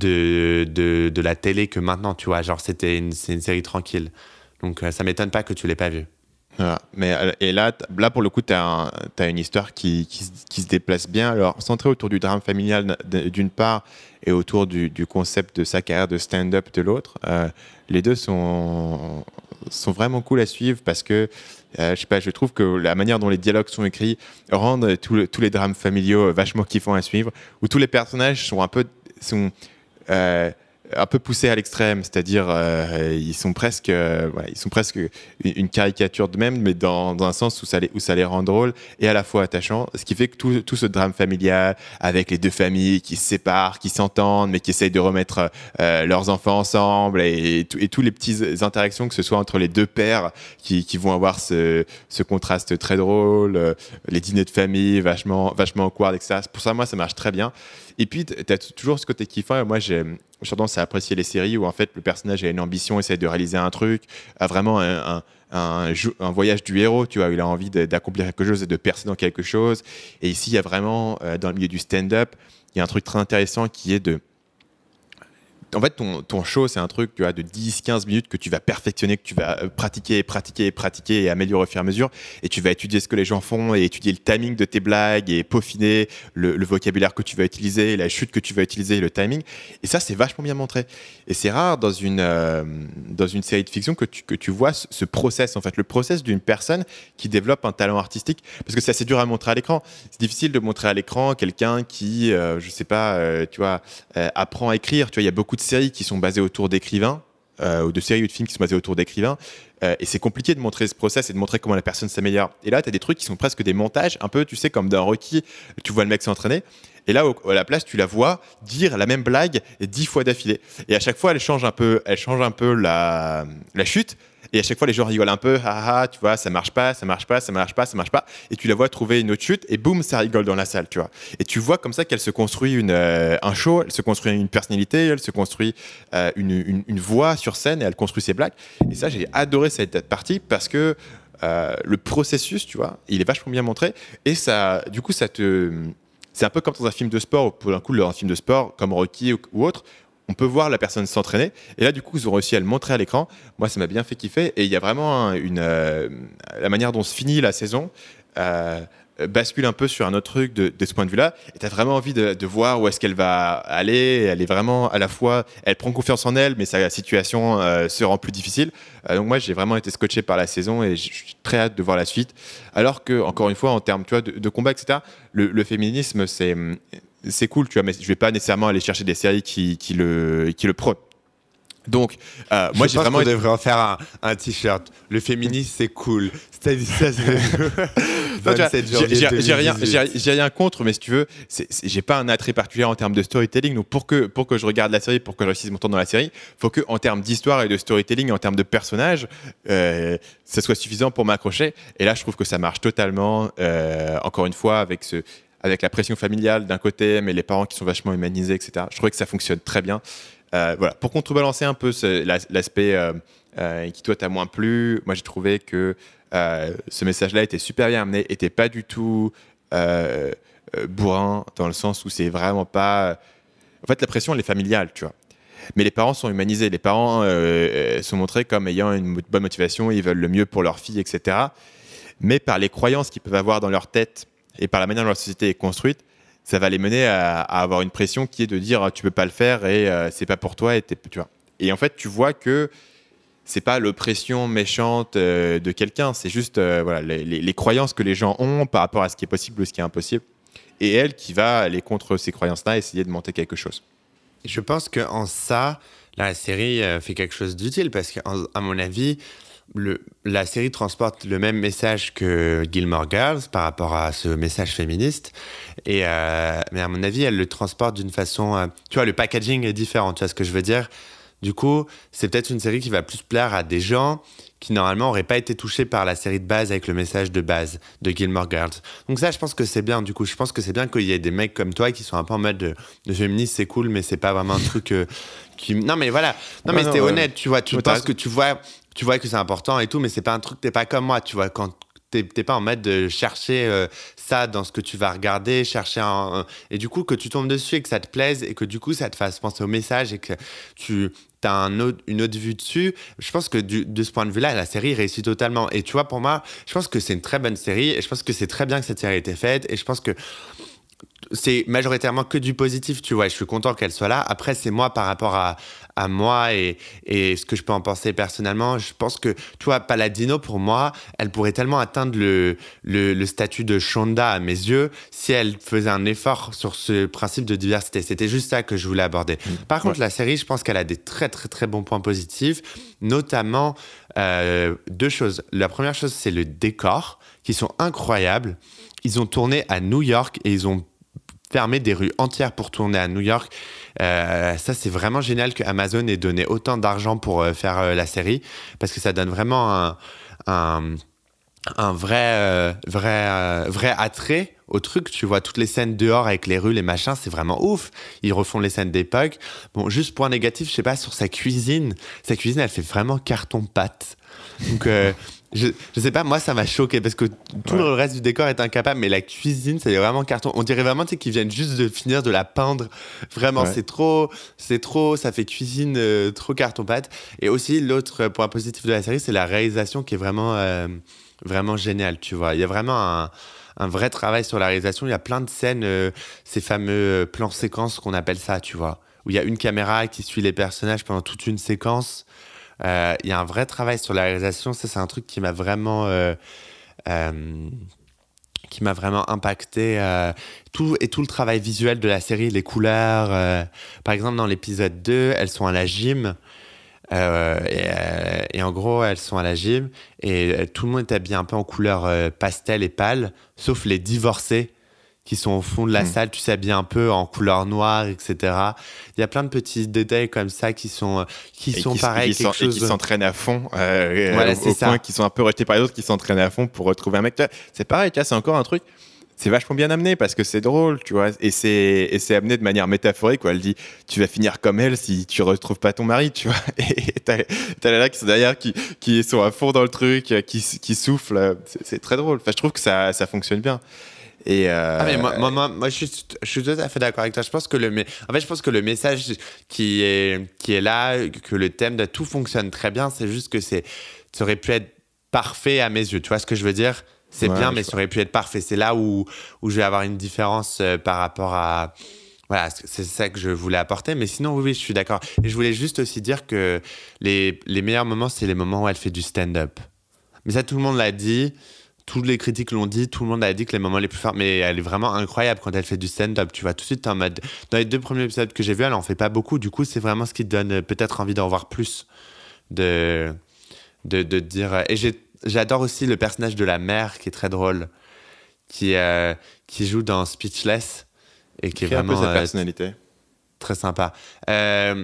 [SPEAKER 2] de, de, de la télé que maintenant, tu vois. Genre, c'était une, c'est une série tranquille. Donc, euh, ça m'étonne pas que tu l'aies pas vue.
[SPEAKER 1] Voilà. Mais, et là, là, pour le coup, tu as une histoire qui, qui, qui se déplace bien. Alors, centrée autour du drame familial d'une part et autour du, du concept de sa carrière de stand-up de l'autre. Euh, les deux sont, sont vraiment cool à suivre parce que, euh, je sais pas, je trouve que la manière dont les dialogues sont écrits rendent tout le, tous les drames familiaux vachement kiffants à suivre, où tous les personnages sont un peu... Sont, euh, un peu poussés à l'extrême, c'est-à-dire euh, ils sont presque, euh, voilà, ils sont presque une, une caricature d'eux-mêmes, mais dans, dans un sens où ça, les, où ça les rend drôles et à la fois attachants, ce qui fait que tout, tout ce drame familial avec les deux familles qui se séparent, qui s'entendent, mais qui essayent de remettre euh, leurs enfants ensemble et, et, tout, et tous les petites interactions, que ce soit entre les deux pères qui, qui vont avoir ce, ce contraste très drôle, euh, les dîners de famille vachement, vachement awkward, et cetera. Pour ça, moi, ça marche très bien. Et puis, tu as toujours ce côté kiffant. Moi, j'ai, j'ai tendance à apprécier les séries où, en fait, le personnage a une ambition, essaie de réaliser un truc, a vraiment un, un, un, un voyage du héros, tu vois, où il a envie de, d'accomplir quelque chose et de percer dans quelque chose. Et ici, il y a vraiment, euh, dans le milieu du stand-up, il y a un truc très intéressant qui est de... En fait, ton, ton show, c'est un truc, tu vois, de dix à quinze minutes que tu vas perfectionner, que tu vas pratiquer, pratiquer, pratiquer et améliorer au fur et à mesure. Et tu vas étudier ce que les gens font et étudier le timing de tes blagues et peaufiner le, le vocabulaire que tu vas utiliser, la chute que tu vas utiliser et le timing. Et ça, c'est vachement bien montré. Et c'est rare dans une, euh, dans une série de fiction que tu, que tu vois ce, ce process, en fait, le process d'une personne qui développe un talent artistique. Parce que c'est assez dur à montrer à l'écran. C'est difficile de montrer à l'écran quelqu'un qui, euh, je sais pas, euh, tu vois, euh, apprend à écrire. Tu vois, il y a beaucoup de séries qui sont basées autour d'écrivains, euh, ou de séries ou de films qui sont basés autour d'écrivains, euh, et c'est compliqué de montrer ce process et de montrer comment la personne s'améliore. Et là, tu as des trucs qui sont presque des montages, un peu, tu sais, comme dans Rocky, tu vois le mec s'entraîner, et là, au, à la place, tu la vois dire la même blague dix fois d'affilée. Et à chaque fois, elle change un peu, elle change un peu la, la chute. Et à chaque fois, les gens rigolent un peu, ah ah, tu vois, ça marche pas, ça marche pas, ça marche pas, ça marche pas. Et tu la vois trouver une autre chute, et boum, ça rigole dans la salle, tu vois. Et tu vois comme ça qu'elle se construit une, euh, un show, elle se construit une personnalité, elle se construit euh, une, une, une voix sur scène, et elle construit ses blagues. Et ça, j'ai adoré cette partie parce que euh, le processus, tu vois, il est vachement bien montré. Et ça, du coup, ça te. C'est un peu comme dans un film de sport, ou pour un coup, dans un film de sport, comme Rocky ou, ou autre. On peut voir la personne s'entraîner. Et là, du coup, ils ont réussi à le montrer à l'écran. Moi, ça m'a bien fait kiffer. Et il y a vraiment une... Euh, la manière dont se finit la saison euh, bascule un peu sur un autre truc de, de ce point de vue-là. Et tu as vraiment envie de, de voir où est-ce qu'elle va aller. Elle est vraiment à la fois... Elle prend confiance en elle, mais sa situation euh, se rend plus difficile. Euh, donc moi, j'ai vraiment été scotché par la saison et je suis très hâte de voir la suite. Alors que, encore une fois, en termes tu vois, de, de combat, et cetera, le, le féminisme, c'est... c'est cool, tu vois, mais je vais pas nécessairement aller chercher des séries qui, qui le, qui le prônent. Donc, euh, moi,
[SPEAKER 2] je
[SPEAKER 1] j'ai
[SPEAKER 2] pense
[SPEAKER 1] vraiment.
[SPEAKER 2] qu'on
[SPEAKER 1] été-
[SPEAKER 2] devrait en faire un, un t-shirt. Le féminisme, c'est cool. C'est-à-dire ça, c'est
[SPEAKER 1] Non, tu vois,
[SPEAKER 2] vingt-sept
[SPEAKER 1] j'ai-
[SPEAKER 2] janvier
[SPEAKER 1] j'ai j'ai rien,
[SPEAKER 2] deux mille dix-huit.
[SPEAKER 1] j'ai j'ai rien contre, mais si tu veux, c'est, c'est- j'ai pas un attrait particulier en termes de storytelling. Donc, pour que, pour que je regarde la série, pour que je réussisse mon temps dans la série, faut que, en termes d'histoire et de storytelling, en termes de personnages, euh, ça soit suffisant pour m'accrocher. Et là, je trouve que ça marche totalement. euh, encore une fois, avec ce, avec la pression familiale d'un côté, mais les parents qui sont vachement humanisés, et cetera. Je trouvais que ça fonctionne très bien. Euh, voilà. Pour contrebalancer un peu ce- la- l'aspect euh, euh, qui toi t'a moins plu, moi j'ai trouvé que euh, ce message-là était super bien amené, était pas du tout euh, euh, bourrin dans le sens où c'est vraiment pas. En fait, la pression elle est familiale, tu vois. Mais les parents sont humanisés, les parents euh, sont montrés comme ayant une mo- bonne motivation, ils veulent le mieux pour leur fille, et cetera. Mais par les croyances qu'ils peuvent avoir dans leur tête et par la manière dont leur société est construite, ça va les mener à, à avoir une pression qui est de dire ah, tu peux pas le faire et euh, c'est pas pour toi et t'es- tu vois. Et en fait, tu vois que c'est pas l'oppression méchante euh, de quelqu'un, c'est juste euh, voilà les, les- les croyances que les gens ont par rapport à ce qui est possible ou ce qui est impossible. Et elle qui va aller contre ces croyances-là, essayer de monter quelque chose.
[SPEAKER 2] Je pense qu'en ça, la série euh, fait quelque chose d'utile parce qu'à mon avis, le, la série transporte le même message que Gilmore Girls par rapport à ce message féministe. Et, euh, mais à mon avis, elle le transporte d'une façon... euh, tu vois, le packaging est différent, tu vois ce que je veux dire ? Du coup, c'est peut-être une série qui va plus plaire à des gens qui, normalement, n'auraient pas été touchés par la série de base avec le message de base de Gilmore Girls. Donc ça, je pense que c'est bien, du coup. Je pense que c'est bien qu'il y ait des mecs comme toi qui sont un peu en mode de, de féministe, c'est cool, mais c'est pas vraiment un truc euh, qui... Non, mais voilà. Non, mais
[SPEAKER 1] Ouais,
[SPEAKER 2] c'était
[SPEAKER 1] non, ouais.
[SPEAKER 2] honnête, tu vois. Tu
[SPEAKER 1] Ouais, t'as
[SPEAKER 2] penses
[SPEAKER 1] raison.
[SPEAKER 2] que tu vois, tu vois que c'est important et tout, mais c'est pas un truc, t'es pas comme moi, tu vois. Quand t'es, t'es pas en mode de chercher euh, ça dans ce que tu vas regarder, chercher un, un- et du coup que tu tombes dessus et que ça te plaise et que du coup ça te fasse penser au message et que tu as un autre, une autre vue dessus. Je pense que du, de ce point de vue-là, la série réussit totalement. Et tu vois, pour moi, je pense que c'est une très bonne série et je pense que c'est très bien que cette série ait été faite et je pense que c'est majoritairement que du positif, tu vois. Je suis content qu'elle soit là. Après, c'est moi par rapport à, à moi et, et ce que je peux en penser personnellement. Je pense que, tu vois, Palladino, pour moi, elle pourrait tellement atteindre le, le, le statut de Shonda à mes yeux si elle faisait un effort sur ce principe de diversité. C'était juste ça que je voulais aborder. Par contre, la série, je pense qu'elle a des très, très, très bons points positifs, notamment euh, deux choses. La première chose, c'est le décor, qui sont incroyables. Ils ont tourné à New York et ils ont fermé des rues entières pour tourner à New York. Euh, ça, c'est vraiment génial que Amazon ait donné autant d'argent pour euh, faire euh, la série, parce que ça donne vraiment un, un, un vrai, euh, vrai, euh, vrai attrait au truc. Tu vois toutes les scènes dehors avec les rues, les machins, c'est vraiment ouf. Ils refont les scènes d'époque. Bon, juste point négatif, je sais pas, sur sa cuisine. Sa cuisine, elle fait vraiment carton-pâte. Donc... Euh, Je, je sais pas, moi ça m'a choqué parce que tout
[SPEAKER 1] Ouais.
[SPEAKER 2] le reste du décor est incapable, mais la cuisine c'est vraiment carton. On dirait vraiment tu sais, qu'ils viennent juste de finir de la peindre. Vraiment,
[SPEAKER 1] Ouais.
[SPEAKER 2] c'est trop, c'est trop, ça fait cuisine euh, trop carton-pâte. Et aussi l'autre point positif de la série, c'est la réalisation qui est vraiment, euh, vraiment géniale. Tu vois, il y a vraiment un, un vrai travail sur la réalisation. Il y a plein de scènes, euh, ces fameux plans séquences qu'on appelle ça, tu vois, où il y a une caméra qui suit les personnages pendant toute une séquence. Il euh, y a un vrai travail sur la réalisation. Ça, c'est un truc qui m'a vraiment, euh, euh, qui m'a vraiment impacté. Euh, tout, et tout le travail visuel de la série, les couleurs. Euh, par exemple, dans l'épisode deux, elles sont à la gym. Euh, et, euh, et en gros, elles sont à la gym. Et euh, tout le monde est habillé un peu en couleur euh, pastel et pâle, sauf les divorcés qui sont au fond de la
[SPEAKER 1] Mmh.
[SPEAKER 2] salle, tu s'habilles un peu en couleur noire, et cetera. Il y a plein de petits détails comme ça qui sont, qui
[SPEAKER 1] Et
[SPEAKER 2] sont
[SPEAKER 1] qui,
[SPEAKER 2] pareils.
[SPEAKER 1] et qui
[SPEAKER 2] quelque
[SPEAKER 1] s'en- et
[SPEAKER 2] chose
[SPEAKER 1] qui
[SPEAKER 2] de-
[SPEAKER 1] s'entraînent à fond euh,
[SPEAKER 2] Voilà,
[SPEAKER 1] au,
[SPEAKER 2] c'est
[SPEAKER 1] au
[SPEAKER 2] ça.
[SPEAKER 1] point, qui sont un peu rejetés par les autres, qui s'entraînent à fond pour retrouver un mec. Tu vois, c'est pareil, tu vois, c'est encore un truc. C'est vachement bien amené parce que c'est drôle, tu vois, et c'est, et c'est amené de manière métaphorique, quoi. Elle dit, tu vas finir comme elle si tu retrouves pas ton mari, tu vois. Et t'as, t'as là qui sont derrière, qui, qui sont à fond dans le truc, qui, qui soufflent. C'est, c'est très drôle. Enfin, je trouve que ça, ça fonctionne bien. Et euh,
[SPEAKER 2] Ah mais moi, moi, moi, moi, je, suis, je suis tout à fait d'accord avec toi. Je pense que le, en fait, je pense que le message qui est, qui est là, que le thème de tout fonctionne très bien, c'est juste que c'est, ça aurait pu être parfait à mes yeux. Tu vois ce que je veux dire ? C'est
[SPEAKER 1] Ouais,
[SPEAKER 2] bien,
[SPEAKER 1] je
[SPEAKER 2] mais
[SPEAKER 1] vois.
[SPEAKER 2] ça aurait pu être parfait. C'est là où, où je vais avoir une différence euh, par rapport à... Voilà, c'est ça que je voulais apporter. Mais sinon, oui, oui, je suis d'accord. Et je voulais juste aussi dire que les, les meilleurs moments, c'est les moments où elle fait du stand-up. Mais ça, tout le monde l'a dit. tous les critiques l'ont dit, tout le monde a dit que les moments les plus forts, mais elle est vraiment incroyable quand elle fait du stand-up. Tu vois, tout de suite, t'es en mode. Dans les deux premiers épisodes que j'ai vus, elle en fait pas beaucoup. Du coup, c'est vraiment ce qui te donne euh, peut-être envie d'en voir plus. De, de, de dire. Et j'ai, j'adore aussi le personnage de la mère qui est très drôle, qui, euh, qui joue dans Speechless et qui est
[SPEAKER 1] Crée
[SPEAKER 2] vraiment.
[SPEAKER 1] un peu sa
[SPEAKER 2] euh,
[SPEAKER 1] personnalité.
[SPEAKER 2] Très sympa. Euh,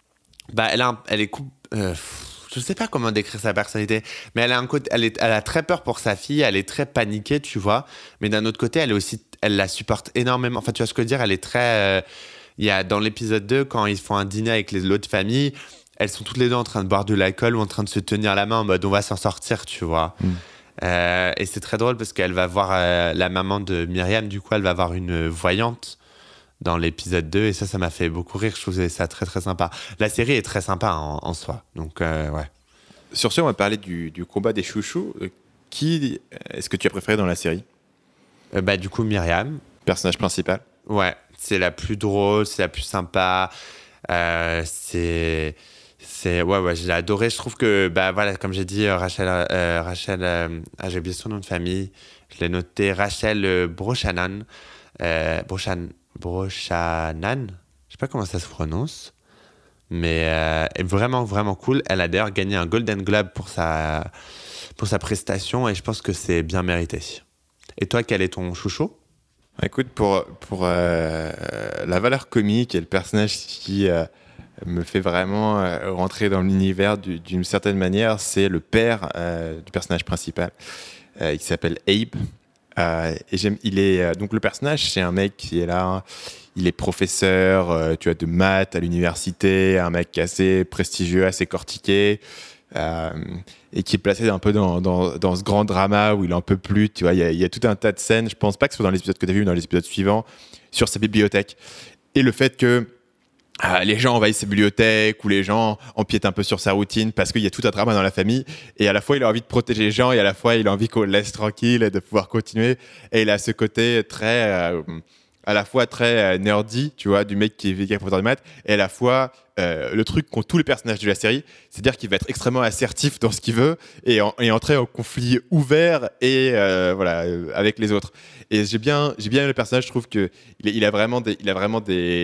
[SPEAKER 2] bah, elle, a un- elle est coup. Euh, je sais pas comment décrire sa personnalité, mais elle a un côté, elle, est, elle a très peur pour sa fille, elle est très paniquée, tu vois. Mais d'un autre côté, elle est aussi, elle la supporte énormément. Enfin, tu vois ce que je veux dire. Elle est très. euh, Il y a dans l'épisode deux, quand ils font un dîner avec les l'autre famille, elles sont toutes les deux en train de boire de l'alcool ou en train de se tenir la main en mode on va s'en sortir, tu vois.
[SPEAKER 1] Mm.
[SPEAKER 2] Euh, et c'est très drôle parce qu'elle va voir euh, la maman de Myriam, du coup, elle va voir une voyante dans l'épisode deux, et ça, ça m'a fait beaucoup rire. Je trouvais ça très, très sympa. La série est très sympa en, en soi. Donc, euh, ouais.
[SPEAKER 1] Sur ce, on va parler du, du combat des chouchous. Euh, Qui est-ce que tu as préféré dans la série?
[SPEAKER 2] Euh, bah, du coup, Myriam,
[SPEAKER 1] Personnage principal?
[SPEAKER 2] ouais, c'est la plus drôle, c'est la plus sympa. Euh, c'est. C'est, ouais, ouais, j'ai adoré. Je trouve que, bah, voilà, comme j'ai dit, euh, Rachel, euh, Rachel euh, ah, j'ai oublié son nom de famille. Je l'ai noté, Rachel euh, Brosnahan. Euh, Broshan, Brosnahan. Je sais pas comment ça se prononce. Mais euh, est vraiment, vraiment cool. Elle a d'ailleurs gagné un Golden Globe pour sa, pour sa prestation et je pense que c'est bien mérité. Et toi, quel est ton chouchou?
[SPEAKER 1] Écoute, pour, pour euh, la valeur comique et le personnage qui euh, me fait vraiment euh, rentrer dans l'univers du- d'une certaine manière, c'est le père euh, du personnage principal, euh, qui s'appelle Abe. Euh, et j'aime, il est euh, donc le personnage, c'est un mec qui est là, il est professeur, euh, tu vois, de maths à l'université, un mec assez prestigieux, assez cortiqué, euh, et qui est placé un peu dans, dans, dans ce grand drama où il en peut plus. Tu vois, il y, a, il y a tout un tas de scènes. Je pense pas que ce soit dans l'épisode que tu as vu, mais dans les épisodes suivants, sur sa bibliothèque. Et le fait que ah, les gens envahissent sa bibliothèque ou les gens empiètent un peu sur sa routine parce qu'il y a tout un drama dans la famille, et à la fois il a envie de protéger les gens et à la fois il a envie qu'on le laisse tranquille et de pouvoir continuer, et il a ce côté très euh, à la fois très euh, nerdy, tu vois, du mec qui est qui est professeur de maths, et à la fois euh, le truc qu'ont tous les personnages de la série, c'est-à-dire qu'il va être extrêmement assertif dans ce qu'il veut et, en, et entrer en conflit ouvert et euh, voilà euh, avec les autres. Et j'ai bien j'ai bien aimé le personnage. Je trouve que il, est- il a vraiment des il a vraiment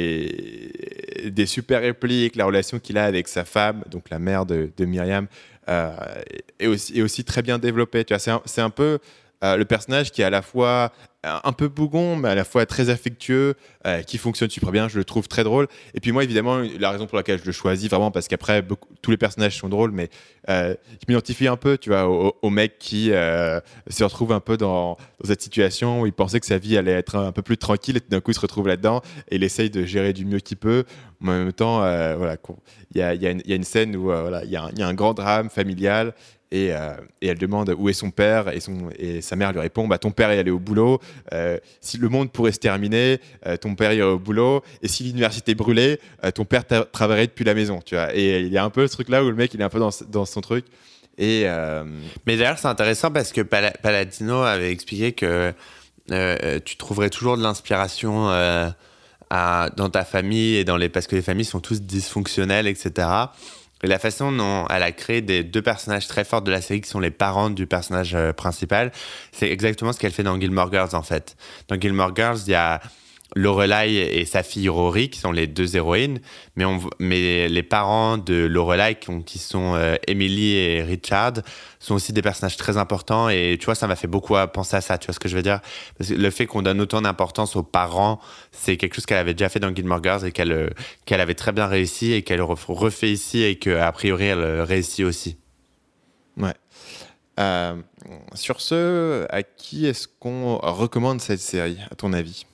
[SPEAKER 1] des des super répliques. La relation qu'il a avec sa femme, donc la mère de, de Myriam, euh, est aussi est aussi très bien développée. Tu vois, c'est un, c'est un peu euh, le personnage qui est à la fois euh, un peu bougon, mais à la fois très affectueux, euh, qui fonctionne super bien. Je le trouve très drôle. Et puis moi, évidemment, la raison pour laquelle je le choisis vraiment, parce qu'après, beaucoup- tous les personnages sont drôles, mais euh, je m'identifie un peu, tu vois, au, au mec qui euh, se retrouve un peu dans, dans cette situation où il pensait que sa vie allait être un peu plus tranquille, et tout d'un coup, il se retrouve là-dedans et il essaye de gérer du mieux qu'il peut. Mais en même temps, euh, voilà, qu'on- il y a, il y a une- il y a une scène où euh, voilà, il y, a un- il y a un grand drame familial. Et, euh, et elle demande où est son père, et, son, et sa mère lui répond bah, ton père est allé au boulot, euh, si le monde pourrait se terminer, euh, ton père irait au boulot, et si l'université brûlait, euh, ton père tra- travaillerait depuis la maison, tu vois. Et il y a un peu ce truc là où le mec il est un peu dans, dans son truc. Et euh,
[SPEAKER 2] Mais d'ailleurs, c'est intéressant parce que Pala- Paladino avait expliqué que euh, tu trouverais toujours de l'inspiration euh, à- dans ta famille et dans les parce que les familles sont tous dysfonctionnelles, et cetera. Et la façon dont elle a créé des deux personnages très forts de la série qui sont les parents du personnage euh, principal, c'est exactement ce qu'elle fait dans Gilmore Girls en fait. Dans Gilmore Girls, il y a Lorelai et sa fille Rory qui sont les deux héroïnes, mais, on, mais les parents de Lorelai qui, ont- qui sont euh, Emily et Richard sont aussi des personnages très importants, et tu vois, ça m'a fait beaucoup à penser à ça, tu vois ce que je veux dire? Parce que le fait qu'on donne autant d'importance aux parents, c'est quelque chose qu'elle avait déjà fait dans Gilmore Girls et qu'elle, euh, qu'elle avait très bien réussi et qu'elle ref- refait ici et qu'a priori elle euh, réussit aussi.
[SPEAKER 1] ouais. Euh, sur ce, à qui est-ce qu'on recommande cette série, à ton avis?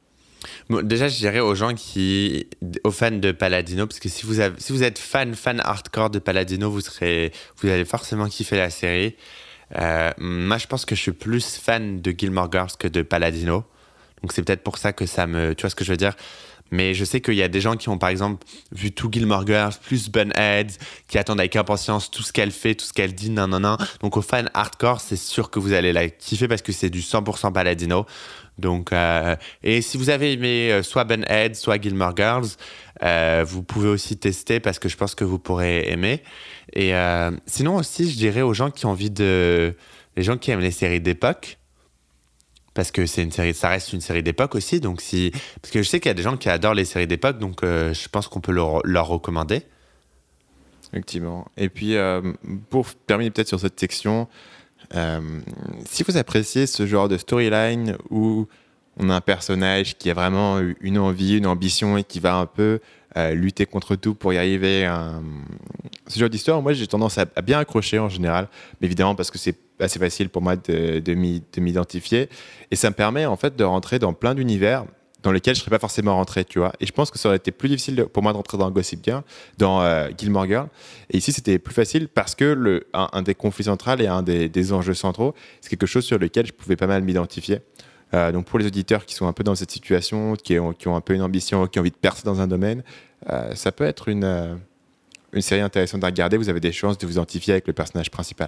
[SPEAKER 2] Bon, déjà, je dirais aux gens qui, aux fans de Paladino, parce que si vous, avez, si vous êtes fan, fan hardcore de Paladino, vous serez, vous allez forcément kiffer la série. Euh, moi, je pense que je suis plus fan de Gilmore Girls que de Paladino, donc c'est peut-être pour ça que ça me, tu vois ce que je veux dire. Mais je sais qu'il y a des gens qui ont, par exemple, vu tout Gilmore Girls, plus Bunheads, qui attendent avec impatience tout ce qu'elle fait, tout ce qu'elle dit, nan, nan, nan. Donc, aux fans hardcore, c'est sûr que vous allez la kiffer parce que c'est du cent pour cent Paladino. Donc, euh, et si vous avez aimé euh, soit Bunheads, soit Gilmore Girls, euh, vous pouvez aussi tester parce que je pense que vous pourrez aimer. Et euh, sinon aussi, je dirais aux gens qui ont envie de, les gens qui aiment les séries d'époque, parce que c'est une série, ça reste une série d'époque aussi, donc si, parce que je sais qu'il y a des gens qui adorent les séries d'époque, donc euh, je pense qu'on peut leur, leur recommander.
[SPEAKER 1] Effectivement. Et puis, euh, pour terminer peut-être sur cette section, euh, si vous appréciez ce genre de storyline où on a un personnage qui a vraiment une envie, une ambition et qui va un peu euh, lutter contre tout pour y arriver, un... ce genre d'histoire, moi j'ai tendance à, à bien accrocher en général, mais évidemment parce que c'est assez facile pour moi de, de, m'y, de m'identifier et ça me permet en fait de rentrer dans plein d'univers dans lesquels je ne serais pas forcément rentré, tu vois. Et je pense que ça aurait été plus difficile de, pour moi de rentrer dans Gossip Girl, dans euh, Gilmore Girl. Et ici, c'était plus facile parce que le, un, un des conflits centraux et un des, des enjeux centraux, c'est quelque chose sur lequel je pouvais pas mal m'identifier. Euh, donc pour les auditeurs qui sont un peu dans cette situation, qui ont, qui ont un peu une ambition, qui ont envie de percer dans un domaine, euh, ça peut être une, euh, une série intéressante à regarder. Vous avez des chances de vous identifier avec le personnage principal.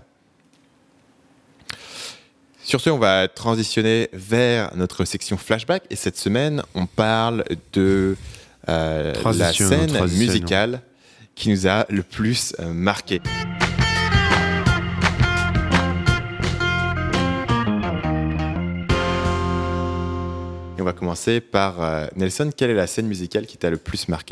[SPEAKER 1] Sur ce, on va transitionner vers notre section flashback. Et cette semaine, on parle de euh, la scène musicale qui nous a le plus euh, marqué. Et on va commencer par euh, Nelson. Quelle est la scène musicale qui t'a le plus marqué ?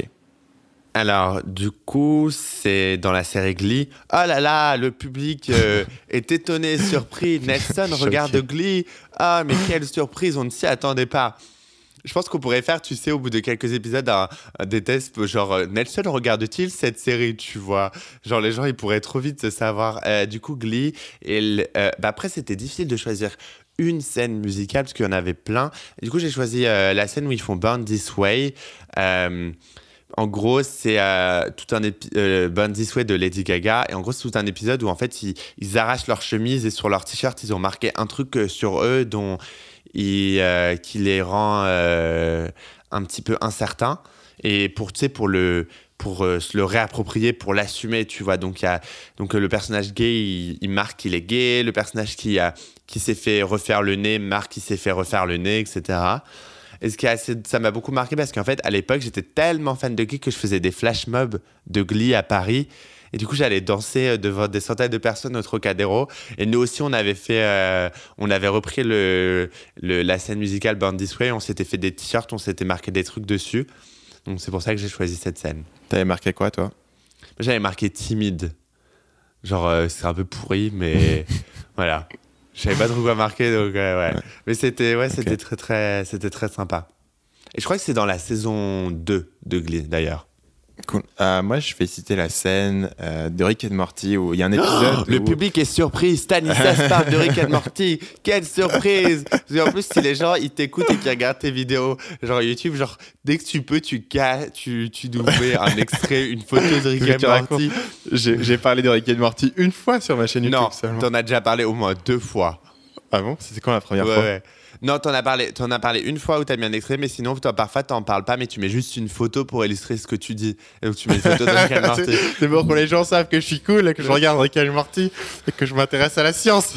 [SPEAKER 2] Alors, du coup, c'est dans la série Glee. Oh là là, le public euh, est étonné, surpris. Nelson regarde Glee. Ah, mais quelle surprise, on ne s'y attendait pas. Je pense qu'on pourrait faire, tu sais, au bout de quelques épisodes, un, un des tests, genre, Nelson regarde-t-il cette série, tu vois ? Genre, les gens, ils pourraient trop vite se savoir. Euh, du coup, Glee, et, euh, bah après, c'était difficile de choisir une scène musicale, parce qu'il y en avait plein. Et du coup, j'ai choisi euh, la scène où ils font Born This Way. Euh, En gros, c'est euh, tout un épi- euh, Born This Way de Lady Gaga. Et en gros, c'est tout un épisode où en fait, ils, ils arrachent leur chemise et sur leur t-shirt, ils ont marqué un truc sur eux dont ils, euh, qui les rend euh, un petit peu incertains. Et pour, tu sais, pour le pour euh, se le réapproprier, pour l'assumer, tu vois. Donc, y a, donc euh, le personnage gay, il, il marque qu'il est gay. Le personnage qui, a, qui s'est fait refaire le nez marque qu'il s'est fait refaire le nez, et cetera. Et ce qui est assez, ça m'a beaucoup marqué parce qu'en fait, à l'époque, j'étais tellement fan de Glee que je faisais des flash mobs de Glee à Paris. Et du coup, j'allais danser devant des centaines de personnes au Trocadéro. Et nous aussi, on avait fait, euh, on avait repris le, le, la scène musicale Born This Way. On s'était fait des t-shirts, on s'était marqué des trucs dessus. Donc, c'est pour ça que j'ai choisi cette scène.
[SPEAKER 1] T'avais marqué quoi, toi ?
[SPEAKER 2] J'avais marqué timide. Genre, euh, c'est un peu pourri, mais voilà. Je savais pas trop quoi marquer, donc euh, ouais. ouais. Mais c'était, ouais, c'était, okay. très, très, c'était très sympa. Et je crois que c'est dans la saison deux de Glee, d'ailleurs.
[SPEAKER 1] Cool. Euh, moi, je vais citer la scène euh, de Rick and Morty où il y a un épisode.
[SPEAKER 2] Oh, où... Le public est surpris. Stanislas parle de Rick and Morty. Quelle surprise! Et en plus, si les gens ils t'écoutent et qu'ils regardent tes vidéos, genre YouTube, genre dès que tu peux, tu ca... tu, tu nous mets un extrait, une photo de Rick and Morty.
[SPEAKER 1] J'ai, j'ai parlé de Rick and Morty une fois sur ma chaîne YouTube.
[SPEAKER 2] Non,
[SPEAKER 1] seulement.
[SPEAKER 2] T'en as déjà parlé au moins deux fois.
[SPEAKER 1] Ah bon? C'était quand la première
[SPEAKER 2] ouais,
[SPEAKER 1] fois?
[SPEAKER 2] Ouais. Non, t'en as parlé, t'en as parlé une fois où t'as mis un extrait, mais sinon, toi, parfois, t'en parles pas, mais tu mets juste une photo pour illustrer ce que tu dis. Et donc, tu mets une photo de Rick and Morty.
[SPEAKER 1] c'est, c'est pour que les gens savent que je suis cool et que je regarde Rick and Morty et que je m'intéresse à la science.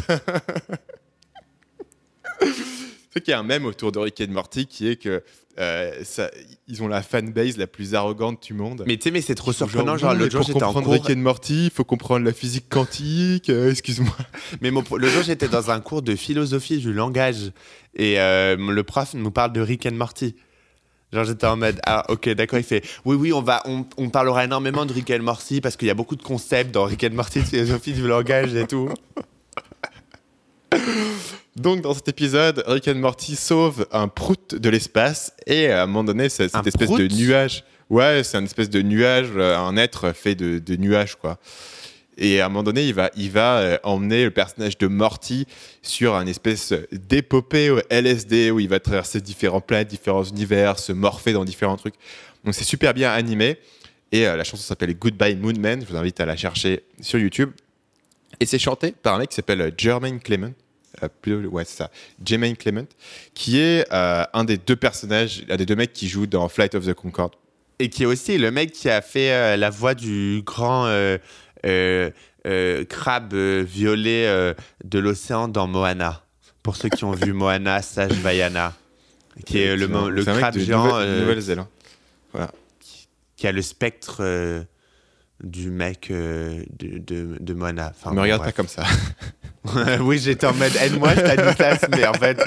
[SPEAKER 1] C'est qu'il y a un mème autour de Rick and Morty qui est que euh, ça, ils ont la fanbase la plus arrogante du monde.
[SPEAKER 2] Mais tu sais, mais c'est trop surprenant.
[SPEAKER 1] Genre,
[SPEAKER 2] genre l'autre jour, j'étais en cours.
[SPEAKER 1] Pour comprendre Rick and Morty, il faut comprendre la physique quantique. Euh, excuse-moi.
[SPEAKER 2] Mais mon, le jour, j'étais dans un cours de philosophie du langage et euh, le prof nous parle de Rick and Morty. Genre, j'étais en mode, ah, ok, d'accord, il fait, oui, oui, on, va, on, on parlera énormément de Rick and Morty parce qu'il y a beaucoup de concepts dans Rick and Morty de philosophie du langage et tout.
[SPEAKER 1] Donc, dans cet épisode, Rick and Morty sauve un prout de l'espace et à un moment donné, c'est cette espèce
[SPEAKER 2] prout
[SPEAKER 1] de nuage. Ouais, c'est une espèce de nuage, un être fait de, de nuages, quoi. Et à un moment donné, il va, il va euh, emmener le personnage de Morty sur une espèce d'épopée au L S D où il va traverser différents planètes, différents univers, se morpher dans différents trucs. Donc, c'est super bien animé. Et euh, la chanson s'appelle Goodbye Moon Man. Je vous invite à la chercher sur YouTube. Et c'est chanté par un mec qui s'appelle Jermaine Clement. Euh, plus, ouais, c'est ça. Jermaine Clement, qui est euh, un des deux personnages, un des deux mecs qui jouent dans Flight of the Concorde.
[SPEAKER 2] Et qui est aussi le mec qui a fait euh, la voix du grand euh, euh, euh, crabe euh, violet euh, de l'océan dans Moana. Pour ceux qui ont vu Moana, Sage Vaiana, qui est le, le, le crabe
[SPEAKER 1] de
[SPEAKER 2] géant
[SPEAKER 1] Nouvelle,
[SPEAKER 2] euh,
[SPEAKER 1] Nouvelle-Zélande. Voilà.
[SPEAKER 2] Qui, qui a le spectre euh, du mec euh, de, de, de Moana. Enfin,
[SPEAKER 1] ne me
[SPEAKER 2] bon,
[SPEAKER 1] regarde
[SPEAKER 2] bref.
[SPEAKER 1] pas comme ça.
[SPEAKER 2] Oui, j'étais en mode aide-moi, Stanislas, mais en fait,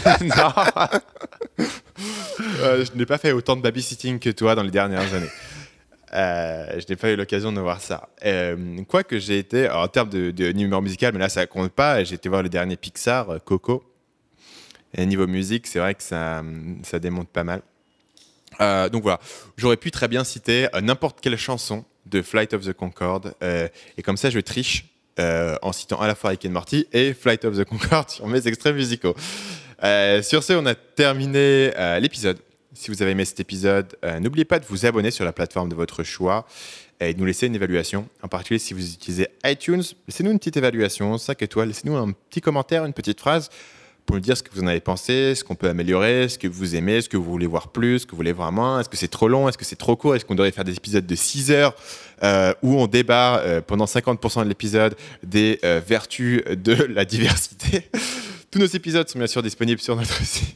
[SPEAKER 2] non.
[SPEAKER 1] Euh, je n'ai pas fait autant de babysitting que toi dans les dernières années. Euh, je n'ai pas eu l'occasion de voir ça. Euh, Quoique j'ai été, alors, en termes de, de numéro musical, mais là ça compte pas, j'ai été voir le dernier Pixar, euh, Coco. Et niveau musique, c'est vrai que ça, ça démonte pas mal. Euh, donc voilà, j'aurais pu très bien citer euh, n'importe quelle chanson de Flight of the Concorde, euh, et comme ça je triche euh, en citant à la fois Rick and Morty et Flight of the Concorde sur mes extraits musicaux. Euh, sur ce, on a terminé euh, l'épisode. Si vous avez aimé cet épisode, euh, n'oubliez pas de vous abonner sur la plateforme de votre choix et de nous laisser une évaluation. En particulier, si vous utilisez iTunes, laissez-nous une petite évaluation, cinq étoiles, laissez-nous un petit commentaire, une petite phrase pour nous dire ce que vous en avez pensé, ce qu'on peut améliorer, ce que vous aimez, ce que vous voulez voir plus, ce que vous voulez voir moins, est-ce que c'est trop long, est-ce que c'est trop court, est-ce qu'on devrait faire des épisodes de six heures euh, où on débat euh, pendant cinquante pour cent de l'épisode des euh, vertus de la diversité. Tous nos épisodes sont bien sûr disponibles sur notre site.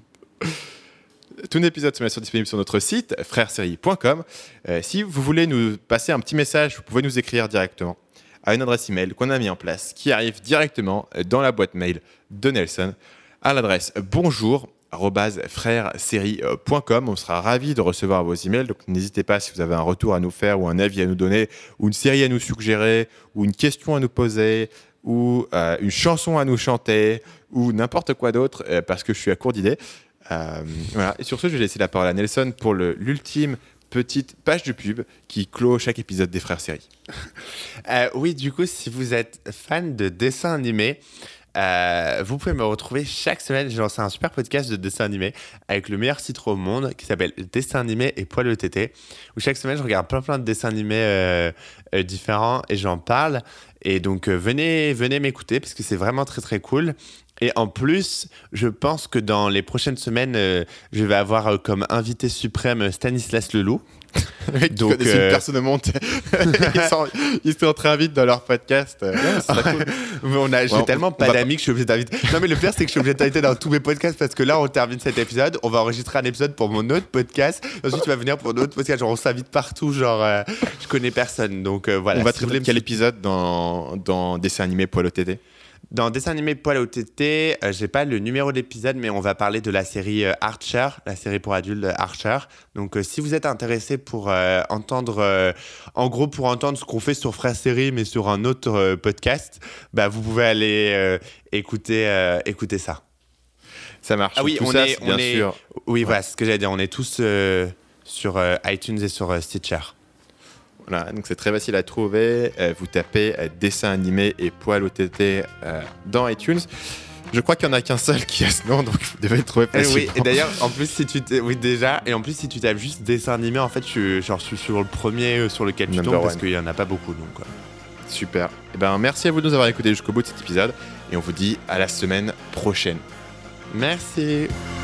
[SPEAKER 1] Tous nos épisodes sont bien sûr disponibles sur notre site frèresérie point com. Euh, si vous voulez nous passer un petit message, vous pouvez nous écrire directement à une adresse email qu'on a mis en place, qui arrive directement dans la boîte mail de Nelson, à l'adresse bonjour arobase frèresérie point com. On sera ravis de recevoir vos emails, donc n'hésitez pas si vous avez un retour à nous faire ou un avis à nous donner, ou une série à nous suggérer, ou une question à nous poser, ou euh, une chanson à nous chanter, ou n'importe quoi d'autre, euh, parce que je suis à court d'idées. Euh, voilà. Et sur ce, je vais laisser la parole à Nelson pour le, l'ultime petite page de pub qui clôt chaque épisode des Frères Série.
[SPEAKER 2] Euh, oui, du coup, si vous êtes fan de dessins animés, euh, vous pouvez me retrouver chaque semaine. J'ai lancé un super podcast de dessins animés avec le meilleur site au monde qui s'appelle Dessins animés et Poil au tété, où chaque semaine, je regarde plein plein de dessins animés euh, euh, différents et j'en parle. Et donc, euh, venez, venez m'écouter parce que c'est vraiment très très cool. Et en plus, je pense que dans les prochaines semaines, euh, je vais avoir euh, comme invité suprême Stanislas Leloup.
[SPEAKER 1] Donc, tu euh... une personne au monde. ils, sont, ils sont très vite dans leur podcast. Ouais,
[SPEAKER 2] cool. on a, j'ai ouais, tellement on, pas on d'amis va... que je suis obligé d'inviter. Non, mais le pire, c'est que je suis obligé d'inviter dans tous mes podcasts parce que là, on termine cet épisode. On va enregistrer un épisode pour mon autre podcast. Ensuite, tu vas venir pour notre podcast. Genre, on s'invite partout. Genre, euh, je connais personne. Donc, euh, voilà.
[SPEAKER 1] On va si traiter quel épisode dans, dans Dessin animé Poil au tété?
[SPEAKER 2] Dans Dessin animé Poil au tété, euh, j'ai pas le numéro d'épisode, mais on va parler de la série euh, Archer, la série pour adultes Archer. Donc, euh, si vous êtes intéressé pour euh, entendre, euh, en gros, pour entendre ce qu'on fait sur Frères Série, mais sur un autre euh, podcast, bah, vous pouvez aller euh, écouter, euh, écouter ça.
[SPEAKER 1] Ça marche.
[SPEAKER 2] Ah oui,
[SPEAKER 1] Tout
[SPEAKER 2] on
[SPEAKER 1] ça,
[SPEAKER 2] est,
[SPEAKER 1] c'est bien
[SPEAKER 2] on est,
[SPEAKER 1] sûr.
[SPEAKER 2] Oui,
[SPEAKER 1] ouais.
[SPEAKER 2] Voilà, c'est ce que j'allais dire. On est tous euh, sur euh, iTunes et sur euh, Stitcher.
[SPEAKER 1] Voilà, donc c'est très facile à trouver. Euh, vous tapez euh, dessin animé et Poil au tété euh, dans iTunes. Je crois qu'il n'y en a qu'un seul qui a ce nom, donc vous devez le trouver facilement.
[SPEAKER 2] Et oui, et d'ailleurs, en plus, si tu t... oui, déjà, et en plus, si tu tapes juste dessin animé, en fait, je, genre, je suis sur le premier sur lequel tu tombes parce qu'il n'y en a pas beaucoup. Donc, quoi.
[SPEAKER 1] Super. Et ben, merci à vous de nous avoir écoutés jusqu'au bout de cet épisode et on vous dit à la semaine prochaine.
[SPEAKER 2] Merci.